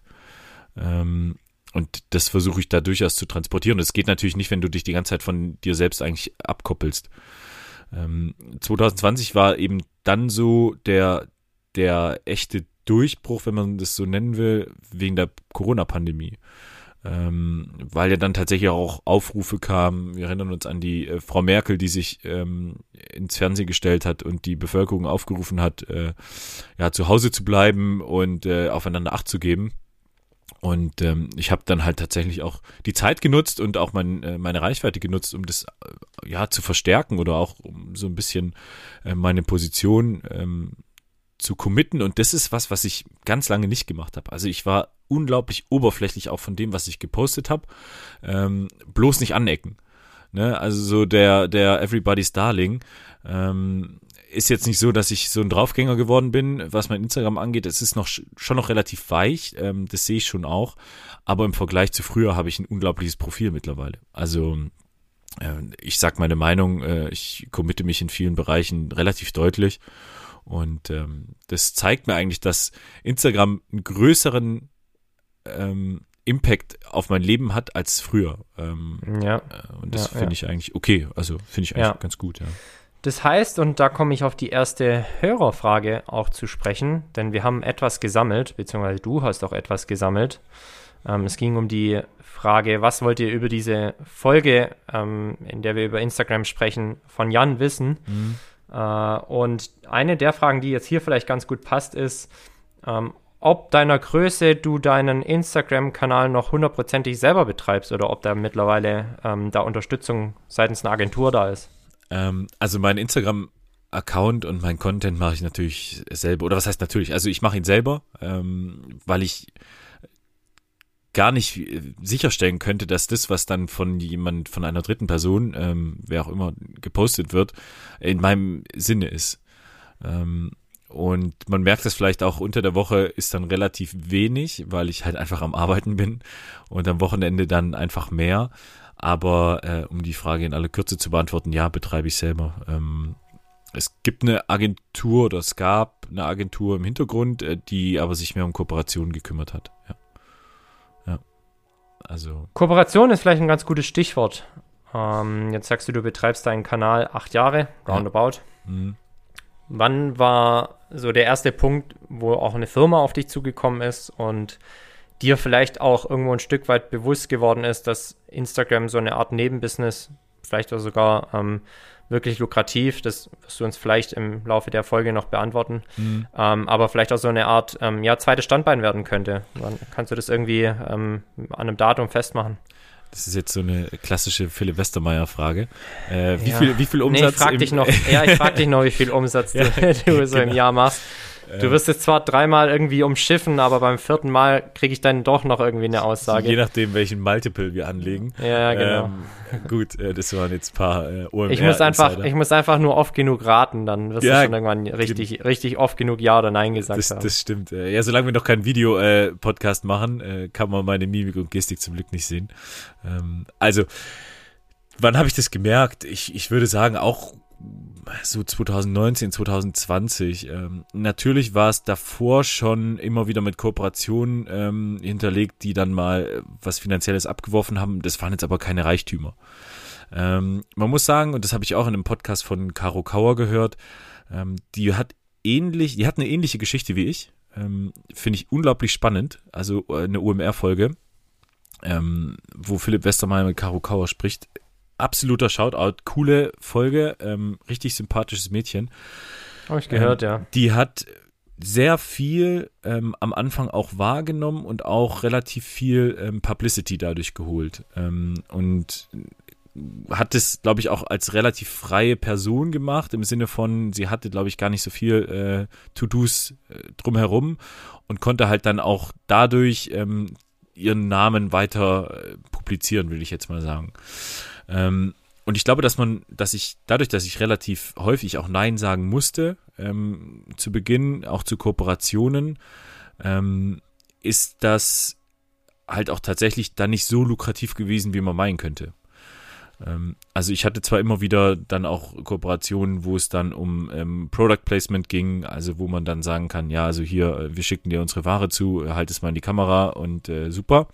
Ähm, und das versuche ich da durchaus zu transportieren. Das geht natürlich nicht, wenn du dich die ganze Zeit von dir selbst eigentlich abkoppelst. Ähm, zwanzig zwanzig war eben dann so der der echte Durchbruch, wenn man das so nennen will, wegen der Corona-Pandemie. Ähm, weil ja dann tatsächlich auch Aufrufe kamen. Wir erinnern uns an die äh, Frau Merkel, die sich ähm, ins Fernsehen gestellt hat und die Bevölkerung aufgerufen hat, äh, ja, zu Hause zu bleiben und äh, aufeinander Acht zu geben. Und ähm, ich habe dann halt tatsächlich auch die Zeit genutzt und auch mein, äh, meine Reichweite genutzt, um das äh, ja zu verstärken oder auch um so ein bisschen äh, meine Position ähm, zu committen. Und das ist was, was ich ganz lange nicht gemacht habe. Also ich war unglaublich oberflächlich auch von dem, was ich gepostet habe. Ähm, bloß nicht anecken. Ne? Also so der, der Everybody's Darling. Ähm, ist jetzt nicht so, dass ich so ein Draufgänger geworden bin, was mein Instagram angeht. Es ist noch schon noch relativ weich, ähm, das sehe ich schon auch. Aber im Vergleich zu früher habe ich ein unglaubliches Profil mittlerweile. Also äh, ich sag meine Meinung, äh, ich committe mich in vielen Bereichen relativ deutlich. Und ähm, das zeigt mir eigentlich, dass Instagram einen größeren ähm, Impact auf mein Leben hat als früher. Ähm, Ja. äh, und das Ja, finde ja. ich eigentlich okay. Also finde ich eigentlich Ja. ganz gut, ja. Das heißt, und da komme ich auf die erste Hörerfrage auch zu sprechen, denn wir haben etwas gesammelt, beziehungsweise du hast auch etwas gesammelt. Ähm, es ging um die Frage, was wollt ihr über diese Folge, ähm, in der wir über Instagram sprechen, von Jan wissen? Mhm. Äh, und eine der Fragen, die jetzt hier vielleicht ganz gut passt, ist, ähm, ob deiner Größe du deinen Instagram-Kanal noch hundertprozentig selber betreibst oder ob da mittlerweile ähm, da Unterstützung seitens einer Agentur da ist. Ähm, also mein Instagram-Account und mein Content mache ich natürlich selber. Oder was heißt natürlich? Also ich mache ihn selber, ähm, weil ich gar nicht sicherstellen könnte, dass das, was dann von jemand, von einer dritten Person, ähm, wer auch immer gepostet wird, in meinem Sinne ist. Ähm, und man merkt das vielleicht auch unter der Woche ist dann relativ wenig, weil ich halt einfach am Arbeiten bin und am Wochenende dann einfach mehr. Aber äh, um die Frage in aller Kürze zu beantworten, ja, betreibe ich selber. Ähm, es gibt eine Agentur oder es gab eine Agentur im Hintergrund, äh, die aber sich mehr um Kooperationen gekümmert hat. Ja. Ja. Also. Kooperation ist vielleicht ein ganz gutes Stichwort. Ähm, jetzt sagst du, du betreibst deinen Kanal acht Jahre, roundabout. Ja. Mhm. Wann war so der erste Punkt, wo auch eine Firma auf dich zugekommen ist und dir vielleicht auch irgendwo ein Stück weit bewusst geworden ist, dass Instagram so eine Art Nebenbusiness, vielleicht auch sogar ähm, wirklich lukrativ, das wirst du uns vielleicht im Laufe der Folge noch beantworten, Mhm. ähm, aber vielleicht auch so eine Art ähm, ja, zweites Standbein werden könnte. Wann kannst du das irgendwie ähm, an einem Datum festmachen? Das ist jetzt so eine klassische Philipp Westermeier-Frage. Äh, wie, Ja. viel, wie viel Umsatz? Nee, ich frag im- dich noch, ja, ich frag dich noch, wie viel Umsatz du, Ja, du so im genau. Jahr machst. Du wirst es zwar dreimal irgendwie umschiffen, aber beim vierten Mal kriege ich dann doch noch irgendwie eine Aussage. Je nachdem, welchen Multiple wir anlegen. Ja, genau. Ähm, gut, äh, das waren jetzt ein paar äh, O M R Ich muss einfach, Insider. ich muss einfach nur oft genug raten, dann wirst Ja, du schon irgendwann richtig, richtig oft genug Ja oder Nein gesagt Das, haben. das stimmt. Äh, Ja, solange wir noch keinen Video-Podcast machen, äh, kann man meine Mimik und Gestik zum Glück nicht sehen. Ähm, also, wann habe ich das gemerkt? Ich, ich würde sagen, auch so zwanzig neunzehn, zwanzig zwanzig. Ähm, natürlich war es davor schon immer wieder mit Kooperationen ähm, hinterlegt, die dann mal äh, was Finanzielles abgeworfen haben. Das waren jetzt aber keine Reichtümer. Ähm, man muss sagen, und das habe ich auch in einem Podcast von Caro Kauer gehört, ähm, die hat ähnlich, die hat eine ähnliche Geschichte wie ich. Ähm, finde ich unglaublich spannend. Also äh, eine O M R-Folge. ähm, wo Philipp Westermeier mit Caro Kauer spricht. Absoluter Shoutout, coole Folge, ähm, richtig sympathisches Mädchen. Habe ich gehört, ähm, ja. Die hat sehr viel ähm, am Anfang auch wahrgenommen und auch relativ viel ähm, Publicity dadurch geholt. Ähm, und hat es, glaube ich, auch als relativ freie Person gemacht, im Sinne von, sie hatte, glaube ich, gar nicht so viel äh, To-Dos äh, drumherum und konnte halt dann auch dadurch ähm, ihren Namen weiter äh, publizieren, will ich jetzt mal sagen. Ähm, und ich glaube, dass man, dass ich, dadurch, dass ich relativ häufig auch Nein sagen musste, ähm, zu Beginn, auch zu Kooperationen, ähm, ist das halt auch tatsächlich dann nicht so lukrativ gewesen, wie man meinen könnte. Ähm, also ich hatte zwar immer wieder dann auch Kooperationen, wo es dann um ähm, Product Placement ging, also wo man dann sagen kann, ja, also hier, wir schicken dir unsere Ware zu, halt es mal in die Kamera und äh, super.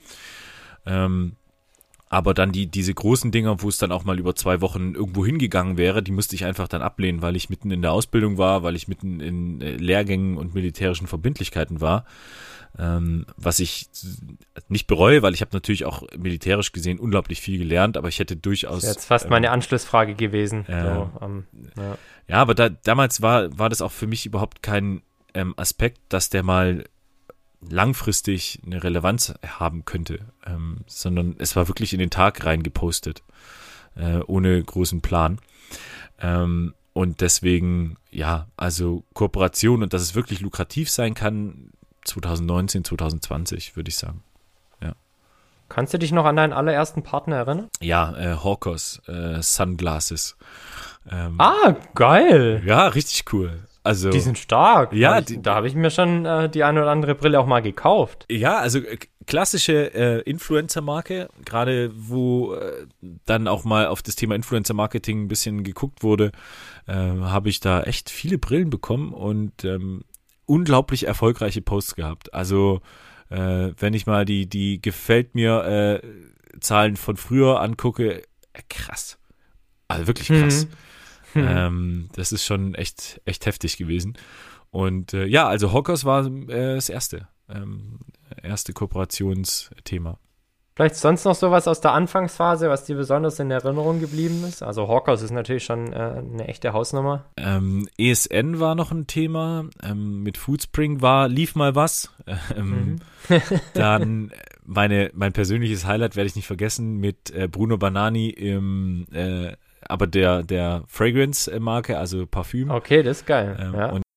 Ähm, Aber dann die diese großen Dinger, wo es dann auch mal über zwei Wochen irgendwo hingegangen wäre, die musste ich einfach dann ablehnen, weil ich mitten in der Ausbildung war, weil ich mitten in äh, Lehrgängen und militärischen Verbindlichkeiten war. Ähm, was ich nicht bereue, weil ich habe natürlich auch militärisch gesehen unglaublich viel gelernt, aber ich hätte durchaus... Das ist jetzt fast ähm, meine Anschlussfrage gewesen. Äh, so, ähm, ja. ja, aber da, damals war, war das auch für mich überhaupt kein ähm, Aspekt, dass der mal langfristig eine Relevanz haben könnte, ähm, sondern es war wirklich in den Tag rein gepostet, äh, ohne großen Plan. Ähm, und deswegen, ja, also Kooperation und dass es wirklich lukrativ sein kann, zwanzig neunzehn, zwanzig zwanzig, würde ich sagen. Ja. Kannst du dich noch an deinen allerersten Partner erinnern? Ja, äh, Hawkers, äh, Sunglasses. Ähm, ah, geil. Ja, richtig cool. Also, die sind stark. Ja, hab ich, die, da habe ich mir schon äh, die eine oder andere Brille auch mal gekauft. Ja, also äh, klassische äh, Influencer-Marke, gerade wo äh, dann auch mal auf das Thema Influencer-Marketing ein bisschen geguckt wurde, äh, habe ich da echt viele Brillen bekommen und ähm, unglaublich erfolgreiche Posts gehabt. Also äh, wenn ich mal die die gefällt mir äh, Zahlen von früher angucke, äh, krass. Also wirklich krass. Mhm. Hm. Ähm, das ist schon echt, echt heftig gewesen. Und äh, ja, also Hawkers war äh, das erste, ähm, erste Kooperationsthema. Vielleicht sonst noch sowas aus der Anfangsphase, was dir besonders in Erinnerung geblieben ist? Also Hawkers ist natürlich schon äh, eine echte Hausnummer. Ähm, E S N war noch ein Thema, ähm, mit Foodspring war, lief mal was. Ähm, mhm. Dann meine, mein persönliches Highlight werde ich nicht vergessen, mit äh, Bruno Banani im äh, aber der, der Fragrance-Marke, also Parfüm. Okay, das ist geil. Ähm, ja. und,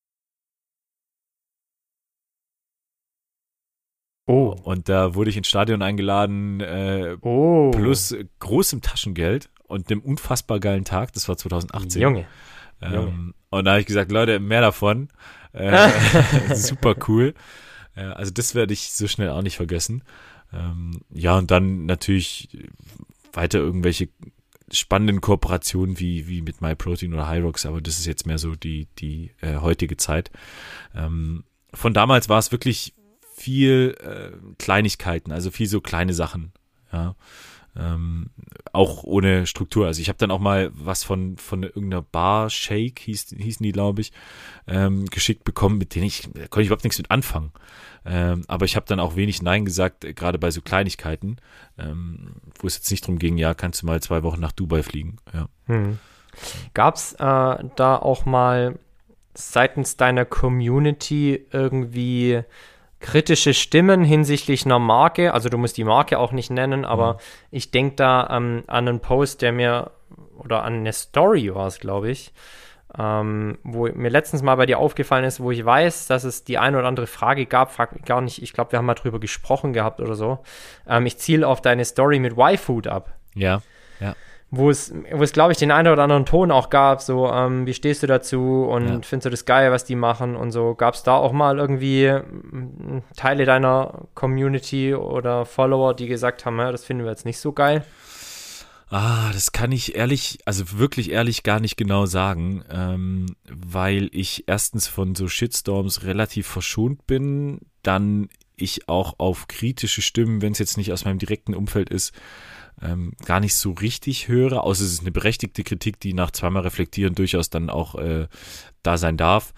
oh. und da wurde ich ins Stadion eingeladen, äh, oh. plus großem Taschengeld und einem unfassbar geilen Tag, das war zwanzig achtzehn. Junge. Ähm, Junge. Und da habe ich gesagt, Leute, mehr davon. Äh, super cool. Äh, also das werde ich so schnell auch nicht vergessen. Ähm, ja, und dann natürlich weiter irgendwelche spannenden Kooperationen wie, wie mit MyProtein oder Hyrox, aber das ist jetzt mehr so die, die äh, heutige Zeit. Ähm, von damals war es wirklich viel äh, Kleinigkeiten, also viel so kleine Sachen, ja. Ähm, auch ohne Struktur. Also ich habe dann auch mal was von von irgendeiner Bar, Shake hieß, hießen die, glaube ich, ähm, geschickt bekommen, mit denen ich, da konnte ich überhaupt nichts mit anfangen. Ähm, aber ich habe dann auch wenig Nein gesagt, äh, gerade bei so Kleinigkeiten, ähm, wo es jetzt nicht drum ging, ja, kannst du mal zwei Wochen nach Dubai fliegen. Ja. Hm. Gab es äh, da auch mal seitens deiner Community irgendwie kritische Stimmen hinsichtlich einer Marke? Also du musst die Marke auch nicht nennen, aber mhm. ich denke da ähm, an einen Post, der mir, oder an eine Story war es, glaube ich, ähm, wo mir letztens mal bei dir aufgefallen ist, wo ich weiß, dass es die eine oder andere Frage gab, frag mich gar nicht, ich glaube, wir haben mal drüber gesprochen gehabt oder so. Ähm, ich ziele auf deine Story mit Y-Food ab. Ja, ja. Wo es, wo es, glaube ich, den einen oder anderen Ton auch gab, so, ähm, wie stehst du dazu und ja. findest du das geil, was die machen und so. Gab es da auch mal irgendwie m, Teile deiner Community oder Follower, die gesagt haben, ja, das finden wir jetzt nicht so geil? Ah, das kann ich ehrlich, also wirklich ehrlich gar nicht genau sagen, ähm, weil ich erstens von so Shitstorms relativ verschont bin, dann ich auch auf kritische Stimmen, wenn es jetzt nicht aus meinem direkten Umfeld ist, ähm, gar nicht so richtig höre, außer es ist eine berechtigte Kritik, die nach zweimal Reflektieren durchaus dann auch äh, da sein darf.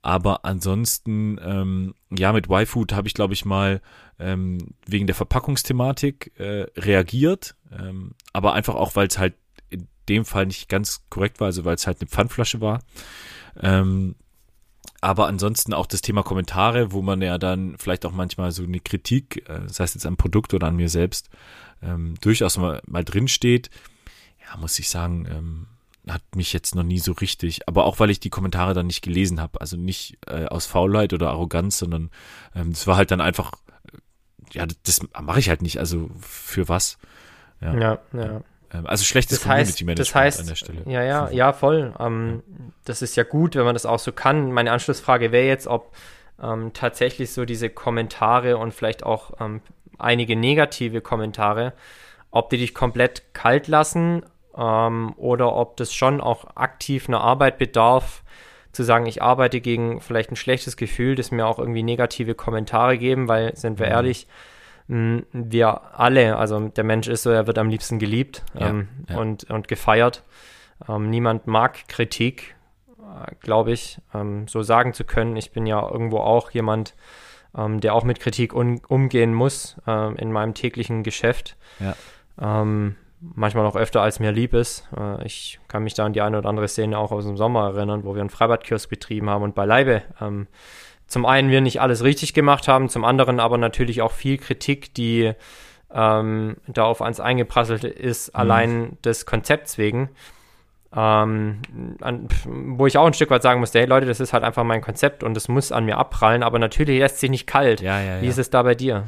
aber ansonsten, ähm, ja, mit Y-Food habe ich, glaube ich, mal ähm, wegen der Verpackungsthematik äh, reagiert, ähm, aber einfach auch, weil es halt in dem Fall nicht ganz korrekt war, also weil es halt eine Pfandflasche war. Ähm, aber ansonsten auch das Thema Kommentare, wo man ja dann vielleicht auch manchmal so eine Kritik, äh, sei es jetzt am Produkt oder an mir selbst, ähm, durchaus mal, mal drin steht. Ja, muss ich sagen, ähm, hat mich jetzt noch nie so richtig, aber auch weil ich die Kommentare dann nicht gelesen habe, also nicht äh, aus Faulheit oder Arroganz, sondern ähm, das war halt dann einfach, ja, das, das mache ich halt nicht, also für was? Ja, ja. ja. Ähm, also schlechtes das heißt, Community-Management das heißt, an der Stelle. Ja, ja, ja, voll. Ähm, ja. Das ist ja gut, wenn man das auch so kann. Meine Anschlussfrage wäre jetzt, ob ähm, tatsächlich so diese Kommentare und vielleicht auch ähm, einige negative Kommentare, ob die dich komplett kalt lassen, Ähm, oder ob das schon auch aktiv eine Arbeit bedarf, zu sagen, ich arbeite gegen vielleicht ein schlechtes Gefühl, das mir auch irgendwie negative Kommentare geben, weil, sind wir mhm. ehrlich, mh, wir alle, also der Mensch ist so, er wird am liebsten geliebt ja, ähm, ja. Und, und gefeiert. Ähm, niemand mag Kritik, äh, glaube ich, ähm, so sagen zu können. Ich bin ja irgendwo auch jemand, ähm, der auch mit Kritik un- umgehen muss äh, in meinem täglichen Geschäft. Ja. Ähm, manchmal noch öfter, als mir lieb ist. Ich kann mich da an die eine oder andere Szene auch aus dem Sommer erinnern, wo wir einen Freibadkiosk betrieben haben und beileibe ähm, zum einen wir nicht alles richtig gemacht haben, zum anderen aber natürlich auch viel Kritik, die ähm, da auf uns eingeprasselt ist, mhm. allein des Konzepts wegen. Ähm, an, wo ich auch ein Stück weit sagen musste, hey Leute, das ist halt einfach mein Konzept und es muss an mir abprallen, aber natürlich lässt sich nicht kalt. Ja, ja, Wie ja. ist es da bei dir?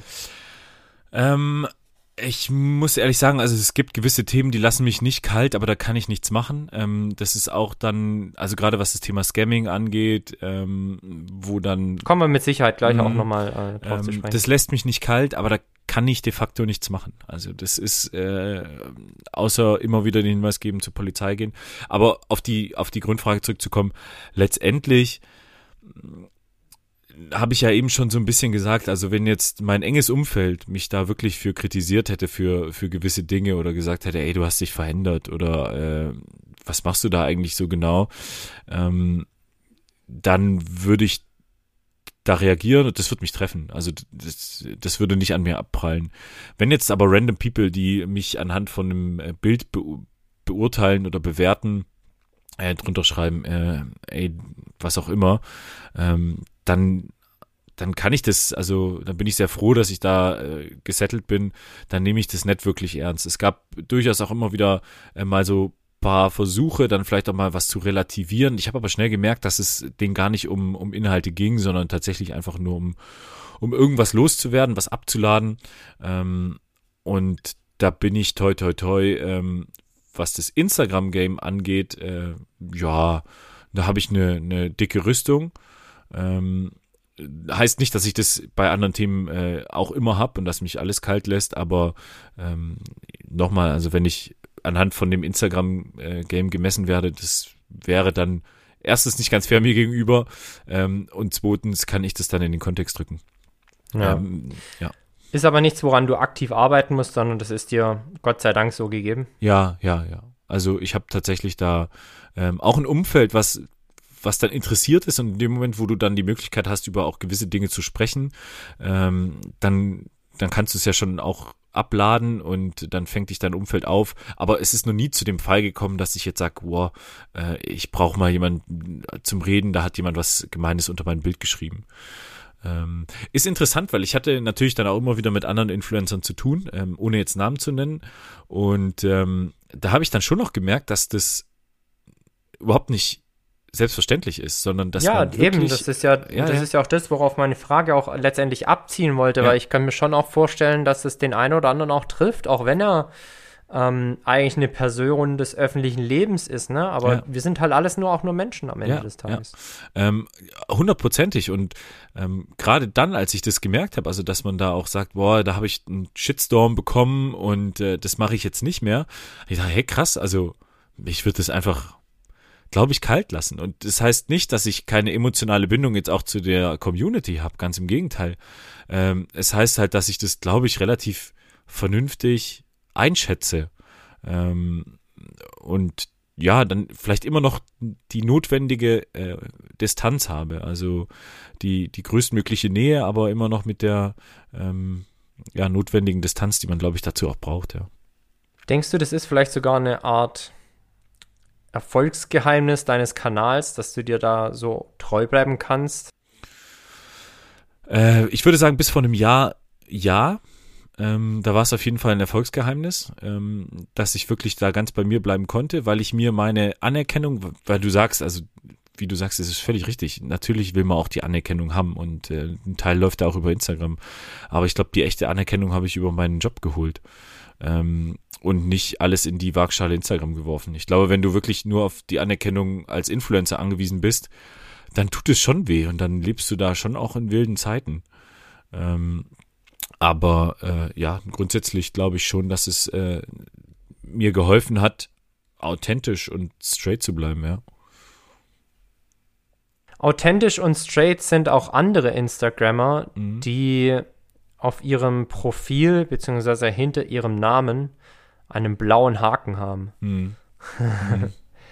Ähm, Ich muss ehrlich sagen, also es gibt gewisse Themen, die lassen mich nicht kalt, aber da kann ich nichts machen. Ähm, das ist auch dann, also gerade was das Thema Scamming angeht, ähm, wo dann... Kommen wir mit Sicherheit gleich mh, auch nochmal äh, drauf ähm, zu sprechen. Das lässt mich nicht kalt, aber da kann ich de facto nichts machen. Also das ist, äh, außer immer wieder den Hinweis geben, zur Polizei gehen. Aber auf die, auf die Grundfrage zurückzukommen, letztendlich... habe ich ja eben schon so ein bisschen gesagt, also wenn jetzt mein enges Umfeld mich da wirklich für kritisiert hätte, für für gewisse Dinge oder gesagt hätte, ey, du hast dich verändert oder äh, was machst du da eigentlich so genau, ähm, dann würde ich da reagieren und das wird mich treffen. Also das, das würde nicht an mir abprallen. Wenn jetzt aber random People, die mich anhand von einem Bild be- beurteilen oder bewerten, äh, drunter schreiben, äh, ey, was auch immer, ähm, dann dann kann ich das, also dann bin ich sehr froh, dass ich da äh, gesettelt bin, dann nehme ich das nicht wirklich ernst. Es gab durchaus auch immer wieder äh, mal so paar Versuche, dann vielleicht auch mal was zu relativieren. Ich habe aber schnell gemerkt, dass es denen gar nicht um um Inhalte ging, sondern tatsächlich einfach nur um um irgendwas loszuwerden, was abzuladen. Ähm, und da bin ich toi toi toi, ähm, was das Instagram-Game angeht, äh, ja, da habe ich eine, eine dicke Rüstung. Ähm, heißt nicht, dass ich das bei anderen Themen äh, auch immer habe und dass mich alles kalt lässt, aber ähm, nochmal, also wenn ich anhand von dem Instagram-Game gemessen werde, das wäre dann erstens nicht ganz fair mir gegenüber ähm, und zweitens kann ich das dann in den Kontext drücken. Ja. Ähm, ja. Ist aber nichts, woran du aktiv arbeiten musst, sondern das ist dir Gott sei Dank so gegeben. Ja, ja, ja. Also ich habe tatsächlich da ähm, auch ein Umfeld, was was dann interessiert ist und in dem Moment, wo du dann die Möglichkeit hast, über auch gewisse Dinge zu sprechen, ähm, dann dann kannst du es ja schon auch abladen und dann fängt dich dein Umfeld auf. Aber es ist noch nie zu dem Fall gekommen, dass ich jetzt sage, wow, äh, ich brauche mal jemanden zum Reden, da hat jemand was Gemeines unter mein Bild geschrieben. Ähm, ist interessant, weil ich hatte natürlich dann auch immer wieder mit anderen Influencern zu tun, ähm, ohne jetzt Namen zu nennen. Und ähm, da habe ich dann schon noch gemerkt, dass das überhaupt nicht selbstverständlich ist, sondern dass ja, man wirklich, eben, das ist ja, ja, das ja. ist ja auch das, worauf meine Frage auch letztendlich abziehen wollte, Ja. weil ich kann mir schon auch vorstellen, dass es den einen oder anderen auch trifft, auch wenn er ähm, eigentlich eine Person des öffentlichen Lebens ist, ne? Aber Ja. wir sind halt alles nur auch nur Menschen am Ende Ja, des Tages. Ja. Ähm, hundertprozentig und ähm, gerade dann, als ich das gemerkt habe, also dass man da auch sagt, boah, da habe ich einen Shitstorm bekommen und äh, das mache ich jetzt nicht mehr. Ich dachte, hey krass, also ich würde das einfach, glaube ich, kalt lassen. Und das heißt nicht, dass ich keine emotionale Bindung jetzt auch zu der Community habe, ganz im Gegenteil. Ähm, es heißt halt, dass ich das, glaube ich, relativ vernünftig einschätze. Ähm, und ja, dann vielleicht immer noch die notwendige äh, Distanz habe, also die, die größtmögliche Nähe, aber immer noch mit der ähm, ja, notwendigen Distanz, die man, glaube ich, dazu auch braucht, ja. Denkst du, das ist vielleicht sogar eine Art Erfolgsgeheimnis deines Kanals, dass du dir da so treu bleiben kannst? Äh, ich würde sagen, bis vor einem Jahr ja. Ähm, da war es auf jeden Fall ein Erfolgsgeheimnis, ähm, dass ich wirklich da ganz bei mir bleiben konnte, weil ich mir meine Anerkennung, weil du sagst, also wie du sagst, es ist völlig richtig. Natürlich will man auch die Anerkennung haben und äh, ein Teil läuft da auch über Instagram. Aber ich glaube, die echte Anerkennung habe ich über meinen Job geholt. Ähm, und nicht alles in die Waagschale Instagram geworfen. Ich glaube, wenn du wirklich nur auf die Anerkennung als Influencer angewiesen bist, dann tut es schon weh und dann lebst du da schon auch in wilden Zeiten. Ähm, aber äh, ja, grundsätzlich glaube ich schon, dass es äh, mir geholfen hat, authentisch und straight zu bleiben, ja. Authentisch und straight sind auch andere Instagrammer, mhm. die auf ihrem Profil beziehungsweise hinter ihrem Namen einen blauen Haken haben. Mhm. Mhm.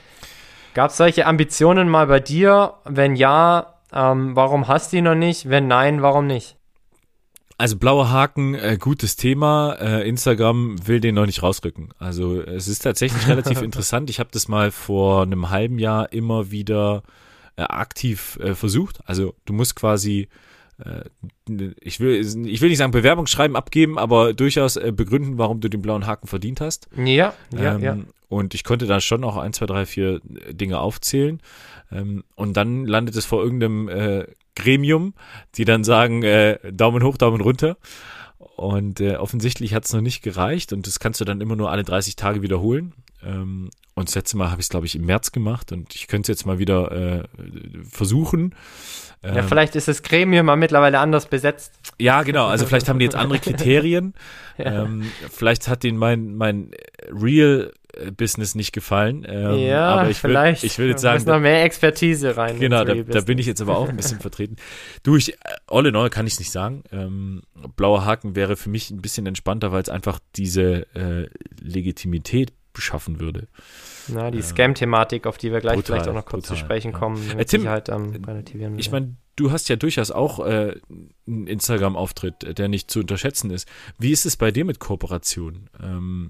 Gab es solche Ambitionen mal bei dir? Wenn ja, ähm, warum hast du die noch nicht? Wenn nein, warum nicht? Also blauer Haken, äh, gutes Thema. Äh, Instagram will den noch nicht rausrücken. Also es ist tatsächlich relativ interessant. Ich habe das mal vor einem halben Jahr immer wieder äh, aktiv äh, versucht. Also du musst quasi äh, ich will ich will nicht sagen Bewerbungsschreiben abgeben, aber durchaus äh, begründen, warum du den blauen Haken verdient hast. Ja, ja, ähm, ja. Und ich konnte da schon auch ein, zwei, drei, vier Dinge aufzählen. Ähm, und dann landet es vor irgendeinem äh, Gremium, die dann sagen, äh, Daumen hoch, Daumen runter. Und äh, offensichtlich hat es noch nicht gereicht und das kannst du dann immer nur alle dreißig Tage wiederholen. Ähm, und das letzte Mal habe ich es, glaube ich, im März gemacht und ich könnte es jetzt mal wieder äh, versuchen. Ja, ähm, vielleicht ist das Gremium mal mittlerweile anders besetzt. Ja, genau. Also vielleicht haben die jetzt andere Kriterien. ja. ähm, vielleicht hat denen mein, mein Real Business nicht gefallen. Ähm, ja, aber ich vielleicht. Will, ich will jetzt sagen, muss noch mehr Expertise rein. Genau, da, da bin ich jetzt aber auch ein bisschen vertreten. Du, ich, all in all kann ich es nicht sagen. Ähm, blauer Haken wäre für mich ein bisschen entspannter, weil es einfach diese äh, Legitimität schaffen würde. Na, die Scam-Thematik, auf die wir gleich brutal, vielleicht auch noch kurz brutal, zu sprechen ja. kommen, äh, Tim, halt ähm, relativieren. Ich meine, du hast ja durchaus auch äh, einen Instagram-Auftritt, der nicht zu unterschätzen ist. Wie ist es bei dir mit Kooperationen? Ähm,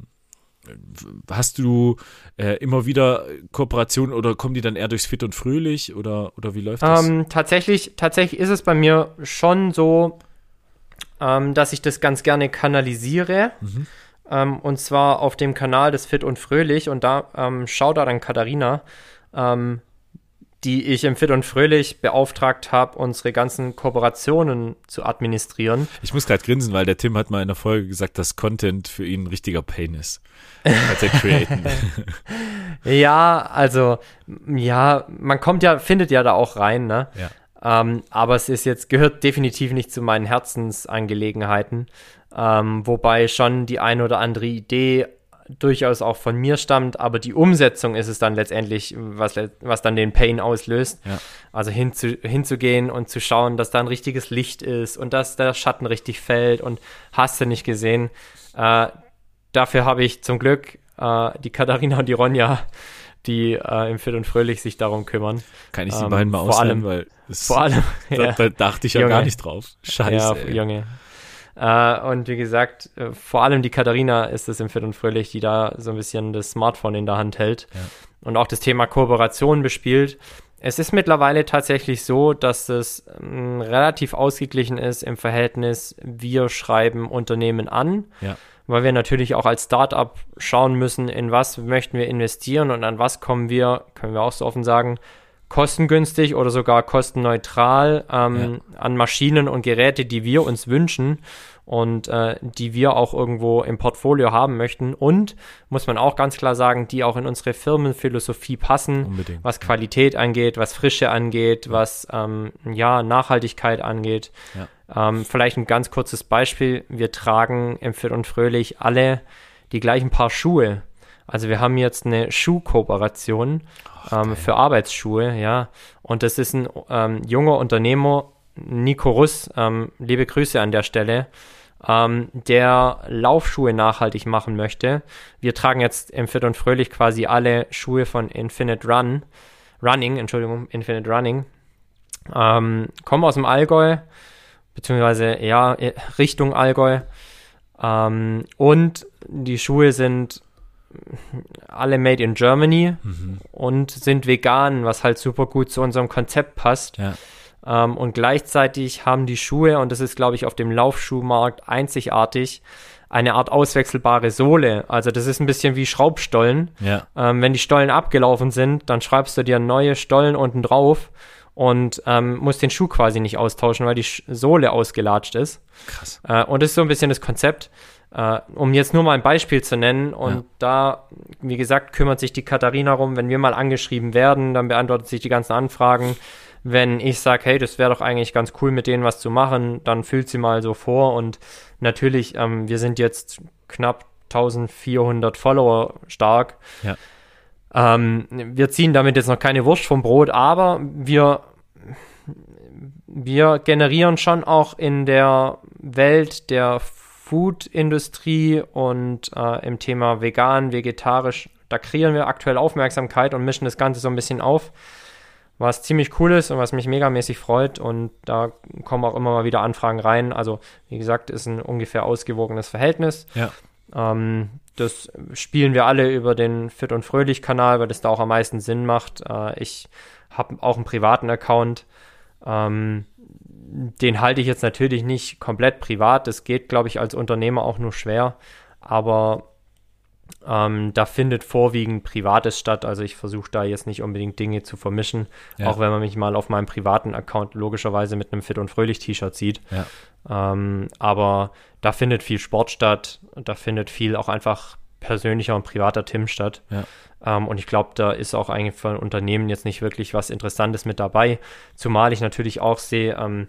Hast du äh, immer wieder Kooperationen oder kommen die dann eher durchs Fit und Fröhlich oder, oder wie läuft das? Ähm, tatsächlich, tatsächlich ist es bei mir schon so, ähm, dass ich das ganz gerne kanalisiere. Mhm. Ähm, und zwar auf dem Kanal des Fit und Fröhlich. Und da ähm, Shoutout an Katharina, ähm, die ich im Fit und Fröhlich beauftragt habe, unsere ganzen Kooperationen zu administrieren. Ich muss gerade grinsen, weil der Tim hat mal in der Folge gesagt, dass Content für ihn ein richtiger Pain ist. Als er createn. Ja, also, ja, man kommt ja, findet ja da auch rein, ne? Ja. Ähm, aber es ist jetzt, gehört definitiv nicht zu meinen Herzensangelegenheiten. Ähm, wobei schon die eine oder andere Idee durchaus auch von mir stammt, aber die Umsetzung ist es dann letztendlich, was, was dann den Pain auslöst. Ja. Also hinzu, hinzugehen und zu schauen, dass da ein richtiges Licht ist und dass der Schatten richtig fällt und hast du nicht gesehen. Äh, dafür habe ich zum Glück äh, die Katharina und die Ronja, die äh, im Fit und Fröhlich sich darum kümmern. Kann ich die ähm, beiden mal vor ausleihen, allem, weil es, vor allem, da, ja. da dachte ich ja Junge. gar nicht drauf. Scheiße. Ja, ey. Junge. Uh, und wie gesagt, uh, vor allem die Katharina ist es im Fit und Fröhlich, die da so ein bisschen das Smartphone in der Hand hält ja. und auch das Thema Kooperation bespielt. Es ist mittlerweile tatsächlich so, dass es um, relativ ausgeglichen ist im Verhältnis, wir schreiben Unternehmen an, ja. weil wir natürlich auch als Startup schauen müssen, in was möchten wir investieren und an was kommen wir, können wir auch so offen sagen, kostengünstig oder sogar kostenneutral ähm, ja. an Maschinen und Geräte, die wir uns wünschen und äh, die wir auch irgendwo im Portfolio haben möchten und, muss man auch ganz klar sagen, die auch in unsere Firmenphilosophie passen, Unbedingt. Was Qualität angeht, was Frische angeht, ja. was ähm, ja, Nachhaltigkeit angeht. Ja. Ähm, vielleicht ein ganz kurzes Beispiel, wir tragen im Fit und Fröhlich alle die gleichen Paar Schuhe. Also wir haben jetzt eine Schuhkooperation ähm, für Arbeitsschuhe, ja. Und das ist ein ähm, junger Unternehmer, Nico Russ, ähm, liebe Grüße an der Stelle. ähm, der Laufschuhe nachhaltig machen möchte. Wir tragen jetzt im Fit und Fröhlich quasi alle Schuhe von Infinite Run, Running, Entschuldigung, Infinite Running. Ähm, kommen aus dem Allgäu, beziehungsweise ja, Richtung Allgäu. Ähm, und die Schuhe sind alle made in Germany mhm. und sind vegan, was halt super gut zu unserem Konzept passt. Ja. Ähm, und gleichzeitig haben die Schuhe, und das ist, glaube ich, auf dem Laufschuhmarkt einzigartig, eine Art auswechselbare Sohle. Also das ist ein bisschen wie Schraubstollen. Ja. Ähm, wenn die Stollen abgelaufen sind, dann schreibst du dir neue Stollen unten drauf und ähm, musst den Schuh quasi nicht austauschen, weil die Sohle ausgelatscht ist. Krass. Äh, und das ist so ein bisschen das Konzept. Uh, um jetzt nur mal ein Beispiel zu nennen, und ja. da, wie gesagt, kümmert sich die Katharina rum, wenn wir mal angeschrieben werden, dann beantwortet sich die ganzen Anfragen. Wenn ich sage, hey, das wäre doch eigentlich ganz cool, mit denen was zu machen, dann fühlt sie mal so vor, und natürlich, ähm, wir sind jetzt knapp eintausendvierhundert Follower stark. Ja. Ähm, wir ziehen damit jetzt noch keine Wurst vom Brot, aber wir, wir generieren schon auch in der Welt der Food-Industrie und äh, im Thema vegan, vegetarisch, da kreieren wir aktuell Aufmerksamkeit und mischen das Ganze so ein bisschen auf, was ziemlich cool ist und was mich megamäßig freut, und da kommen auch immer mal wieder Anfragen rein. Also wie gesagt, ist ein ungefähr ausgewogenes Verhältnis. Ja. Ähm, das spielen wir alle über den Fit und Fröhlich Kanal, weil das da auch am meisten Sinn macht. Äh, ich habe auch einen privaten Account, ähm, den halte ich jetzt natürlich nicht komplett privat. Das geht, glaube ich, als Unternehmer auch nur schwer. Aber ähm, da findet vorwiegend Privates statt. Also ich versuche da jetzt nicht unbedingt Dinge zu vermischen. Ja. Auch wenn man mich mal auf meinem privaten Account logischerweise mit einem Fit und Fröhlich T-Shirt sieht. Ja. Ähm, aber da findet viel Sport statt. Da findet viel auch einfach persönlicher und privater Tim statt. Ja. Um, und ich glaube, da ist auch eigentlich für ein Unternehmen jetzt nicht wirklich was Interessantes mit dabei. Zumal ich natürlich auch sehe, ähm,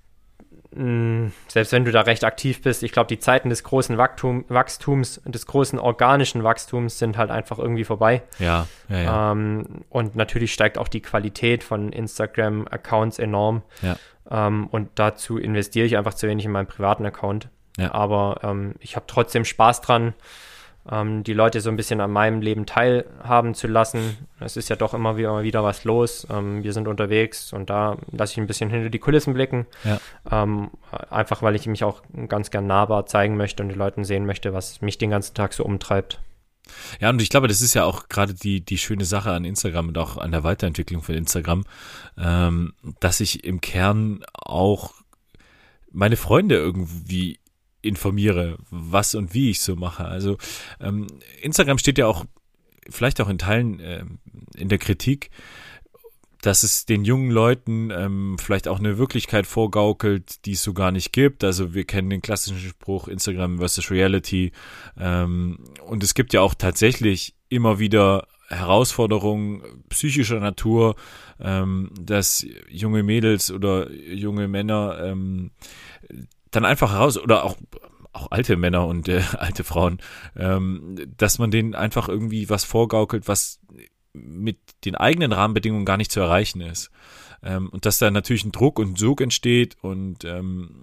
mh, selbst wenn du da recht aktiv bist, ich glaube, die Zeiten des großen Wachtum, Wachstums, des großen organischen Wachstums sind halt einfach irgendwie vorbei. Ja, ja, ja. Um, und natürlich steigt auch die Qualität von Instagram-Accounts enorm. Ja. Um, und dazu investiere ich einfach zu wenig in meinen privaten Account. Ja. Aber ähm, ich habe trotzdem Spaß dran, Ähm, die Leute so ein bisschen an meinem Leben teilhaben zu lassen. Es ist ja doch immer wieder, immer wieder was los. Ähm, wir sind unterwegs, und da lasse ich ein bisschen hinter die Kulissen blicken. Ja. Ähm, einfach, weil ich mich auch ganz gern nahbar zeigen möchte und die Leuten sehen möchte, was mich den ganzen Tag so umtreibt. Ja, und ich glaube, das ist ja auch gerade die, die schöne Sache an Instagram und auch an der Weiterentwicklung von Instagram, ähm, dass ich im Kern auch meine Freunde irgendwie informiere, was und wie ich so mache. Also ähm, Instagram steht ja auch, vielleicht auch in Teilen äh, in der Kritik, dass es den jungen Leuten ähm, vielleicht auch eine Wirklichkeit vorgaukelt, die es so gar nicht gibt. Also wir kennen den klassischen Spruch Instagram versus Reality, ähm, und es gibt ja auch tatsächlich immer wieder Herausforderungen psychischer Natur, ähm, dass junge Mädels oder junge Männer ähm, dann einfach heraus, oder auch auch alte Männer und äh, alte Frauen, ähm, dass man denen einfach irgendwie was vorgaukelt, was mit den eigenen Rahmenbedingungen gar nicht zu erreichen ist. Ähm, und dass da natürlich ein Druck und ein Sog entsteht und ähm,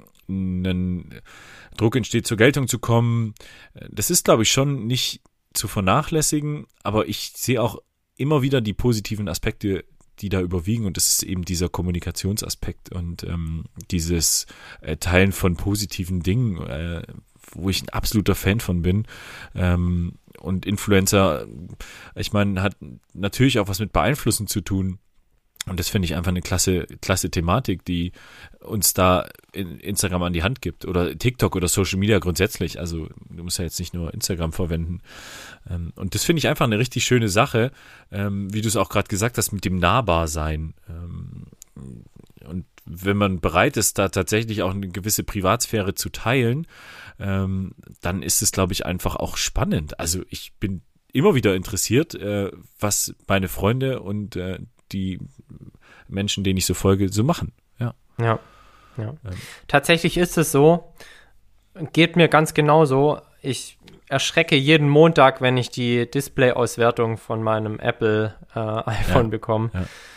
ein Druck entsteht, zur Geltung zu kommen. Das ist, glaube ich, schon nicht zu vernachlässigen, aber ich sehe auch immer wieder die positiven Aspekte, die da überwiegen, und das ist eben dieser Kommunikationsaspekt und ähm, dieses äh, Teilen von positiven Dingen, äh, wo ich ein absoluter Fan von bin. Ähm, und Influencer, ich meine, hat natürlich auch was mit Beeinflussen zu tun. Und das finde ich einfach eine klasse, klasse Thematik, die uns da in Instagram an die Hand gibt, oder TikTok oder Social Media grundsätzlich. Also du musst ja jetzt nicht nur Instagram verwenden. Und das finde ich einfach eine richtig schöne Sache, wie du es auch gerade gesagt hast, mit dem Nahbarsein. Und wenn man bereit ist, da tatsächlich auch eine gewisse Privatsphäre zu teilen, dann ist es, glaube ich, einfach auch spannend. Also ich bin immer wieder interessiert, was meine Freunde und die Menschen, denen ich so folge, so machen. Ja. Ja. ja. Ähm. Tatsächlich ist es so, geht mir ganz genauso. Ich erschrecke jeden Montag, wenn ich die Display-Auswertung von meinem Apple äh, iPhone ja. bekomme. Ja.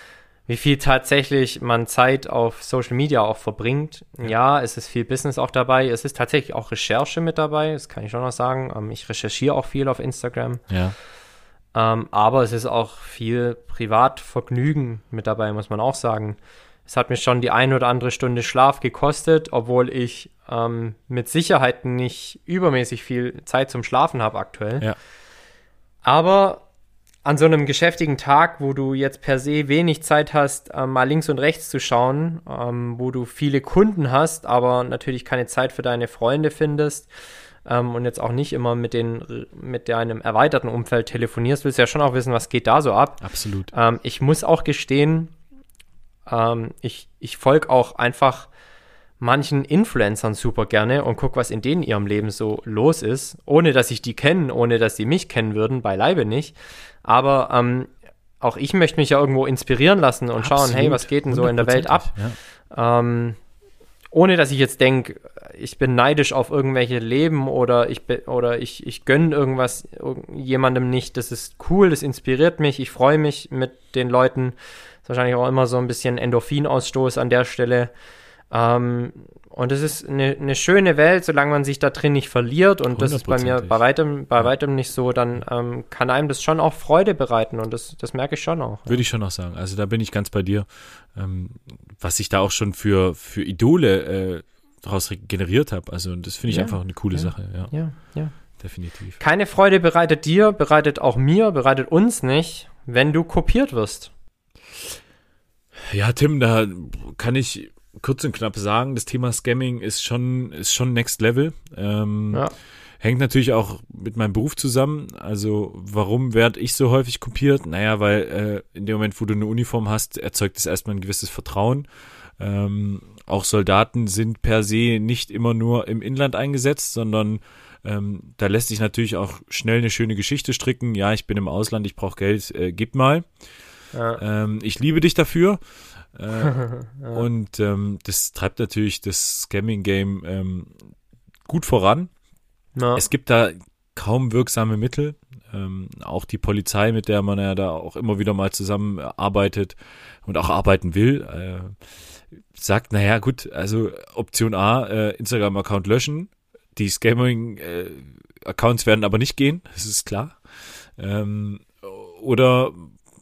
wie viel tatsächlich man Zeit auf Social Media auch verbringt. Ja. ja, es ist viel Business auch dabei. Es ist tatsächlich auch Recherche mit dabei. Das kann ich schon noch sagen. Ähm, ich recherchiere auch viel auf Instagram. Ja. Ähm, aber es ist auch viel Privatvergnügen mit dabei, muss man auch sagen. Es hat mir schon die ein oder andere Stunde Schlaf gekostet, obwohl ich ähm, mit Sicherheit nicht übermäßig viel Zeit zum Schlafen habe aktuell. Ja. Aber an so einem geschäftigen Tag, wo du jetzt per se wenig Zeit hast, ähm, mal links und rechts zu schauen, ähm, wo du viele Kunden hast, aber natürlich keine Zeit für deine Freunde findest ähm, und jetzt auch nicht immer mit, den, mit deinem erweiterten Umfeld telefonierst, willst du ja schon auch wissen, was geht da so ab. Absolut. Ähm, ich muss auch gestehen, ähm, ich, ich folge auch einfach manchen Influencern super gerne und gucke, was in denen ihrem Leben so los ist, ohne dass ich die kenne, ohne dass sie mich kennen würden, beileibe nicht. Aber ähm, auch ich möchte mich ja irgendwo inspirieren lassen und Absolut. schauen, hey, was geht denn so in der Welt ab? Ja. Ähm, ohne dass ich jetzt denke, ich bin neidisch auf irgendwelche Leben oder ich be- oder ich, ich gönne irgendwas jemandem nicht. Das ist cool, das inspiriert mich, ich freue mich mit den Leuten. Das ist wahrscheinlich auch immer so ein bisschen Endorphinausstoß an der Stelle. Ähm, und es ist eine, eine schöne Welt, solange man sich da drin nicht verliert. Und das ist bei mir bei weitem, bei weitem nicht so. Dann ähm, kann einem das schon auch Freude bereiten. Und das, das merke ich schon auch. Würde ich schon auch sagen. Also da bin ich ganz bei dir. Ähm, was ich da auch schon für, für Idole äh, daraus generiert habe. Also das finde ich Ja, einfach eine coole ja, Sache. Ja, Ja, ja. definitiv. Keine Freude bereitet dir, bereitet auch mir, bereitet uns nicht, wenn du kopiert wirst. Ja, Tim, da kann ich kurz und knapp sagen, das Thema Scamming ist schon, ist schon Next Level. Ähm, Ja. Hängt natürlich auch mit meinem Beruf zusammen. Also warum werde ich so häufig kopiert? Naja, weil äh, in dem Moment, wo du eine Uniform hast, erzeugt es erstmal ein gewisses Vertrauen. Ähm, auch Soldaten sind per se nicht immer nur im Inland eingesetzt, sondern ähm, da lässt sich natürlich auch schnell eine schöne Geschichte stricken. Ja, ich bin im Ausland, ich brauche Geld, äh, gib mal. Ja. Ähm, ich liebe dich dafür. Äh, Ja. Und ähm, das treibt natürlich das Scamming-Game ähm, gut voran. Ja. Es gibt da kaum wirksame Mittel. Ähm, auch die Polizei, mit der man ja da auch immer wieder mal zusammenarbeitet und auch arbeiten will, äh, sagt, naja gut, also Option A, äh, Instagram-Account löschen. Die Scamming-Accounts werden aber nicht gehen, das ist klar. Ähm, oder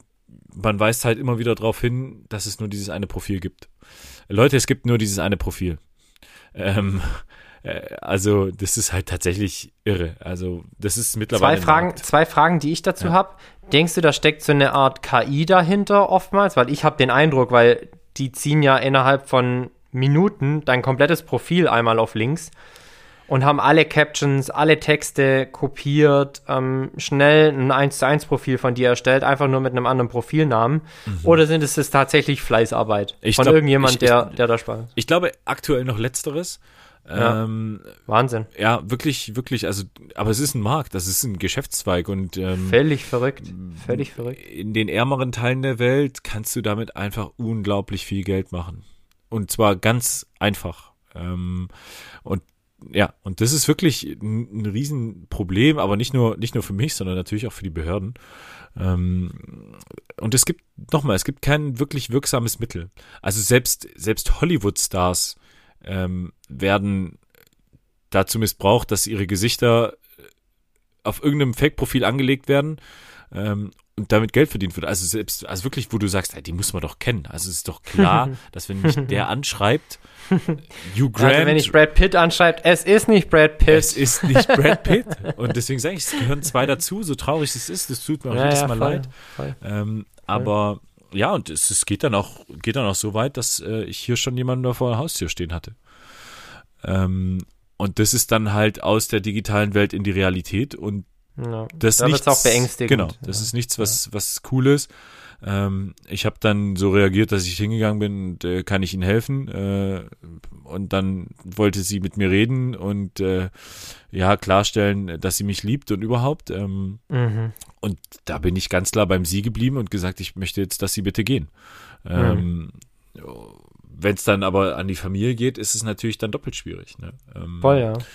man weist halt immer wieder darauf hin, dass es nur dieses eine Profil gibt. Leute, es gibt nur dieses eine Profil. Ähm, äh, also das ist halt tatsächlich irre. Also das ist mittlerweile Zwei Fragen, Markt. zwei Fragen, die ich dazu Ja. habe. Denkst du, da steckt so eine Art K I dahinter oftmals? Weil ich habe den Eindruck, weil die ziehen ja innerhalb von Minuten dein komplettes Profil einmal auf links und haben alle Captions, alle Texte kopiert, ähm, schnell ein eins zu eins Profil von dir erstellt, einfach nur mit einem anderen Profilnamen. Mhm. Oder sind es das tatsächlich Fleißarbeit Ich von glaub, irgendjemand, ich- der, ich- der da Spaß? Ich glaube aktuell noch Letzteres. Ja. Ähm, Wahnsinn. ja, wirklich, wirklich, also, aber es ist ein Markt, das ist ein Geschäftszweig und ähm, Völlig verrückt. Völlig verrückt. in den ärmeren Teilen der Welt kannst du damit einfach unglaublich viel Geld machen. Und zwar ganz einfach. Ähm, und ja, und das ist wirklich ein, ein Riesenproblem, aber nicht nur, nicht nur für mich, sondern natürlich auch für die Behörden. Ähm, und es gibt, nochmal, es gibt kein wirklich wirksames Mittel. Also selbst, selbst Hollywood-Stars ähm, werden dazu missbraucht, dass ihre Gesichter auf irgendeinem Fake-Profil angelegt werden ähm, und damit Geld verdient wird. Also selbst, also wirklich, wo du sagst, ey, die muss man doch kennen. Also es ist doch klar, dass wenn mich der anschreibt, Hugh Grant, Also wenn ich Brad Pitt anschreibt, es ist nicht Brad Pitt. es ist nicht Brad Pitt. Und deswegen sage ich, es gehören zwei dazu, so traurig es ist, das tut mir auch Ja, jedes ja, Mal voll, leid. voll. Ähm, aber ja, und es, es geht dann auch, geht dann auch so weit, dass äh, ich hier schon jemanden da vor der Haustür stehen hatte. Ähm, und das ist dann halt aus der digitalen Welt in die Realität und Ja, das da nichts, wird's auch beängstigend. Genau, das Ja. ist nichts, was, was cool ist. Ähm, ich habe dann so reagiert, dass ich hingegangen bin, und, äh, kann ich Ihnen helfen? Äh, und dann wollte sie mit mir reden und äh, ja, klarstellen, dass sie mich liebt und überhaupt. Ähm, Mhm. und da bin ich ganz klar beim Sie geblieben und gesagt, ich möchte jetzt, dass Sie bitte gehen. Ähm, wenn es dann aber an die Familie geht, ist es natürlich dann doppelt schwierig. Ne? Ähm, Voll, ja.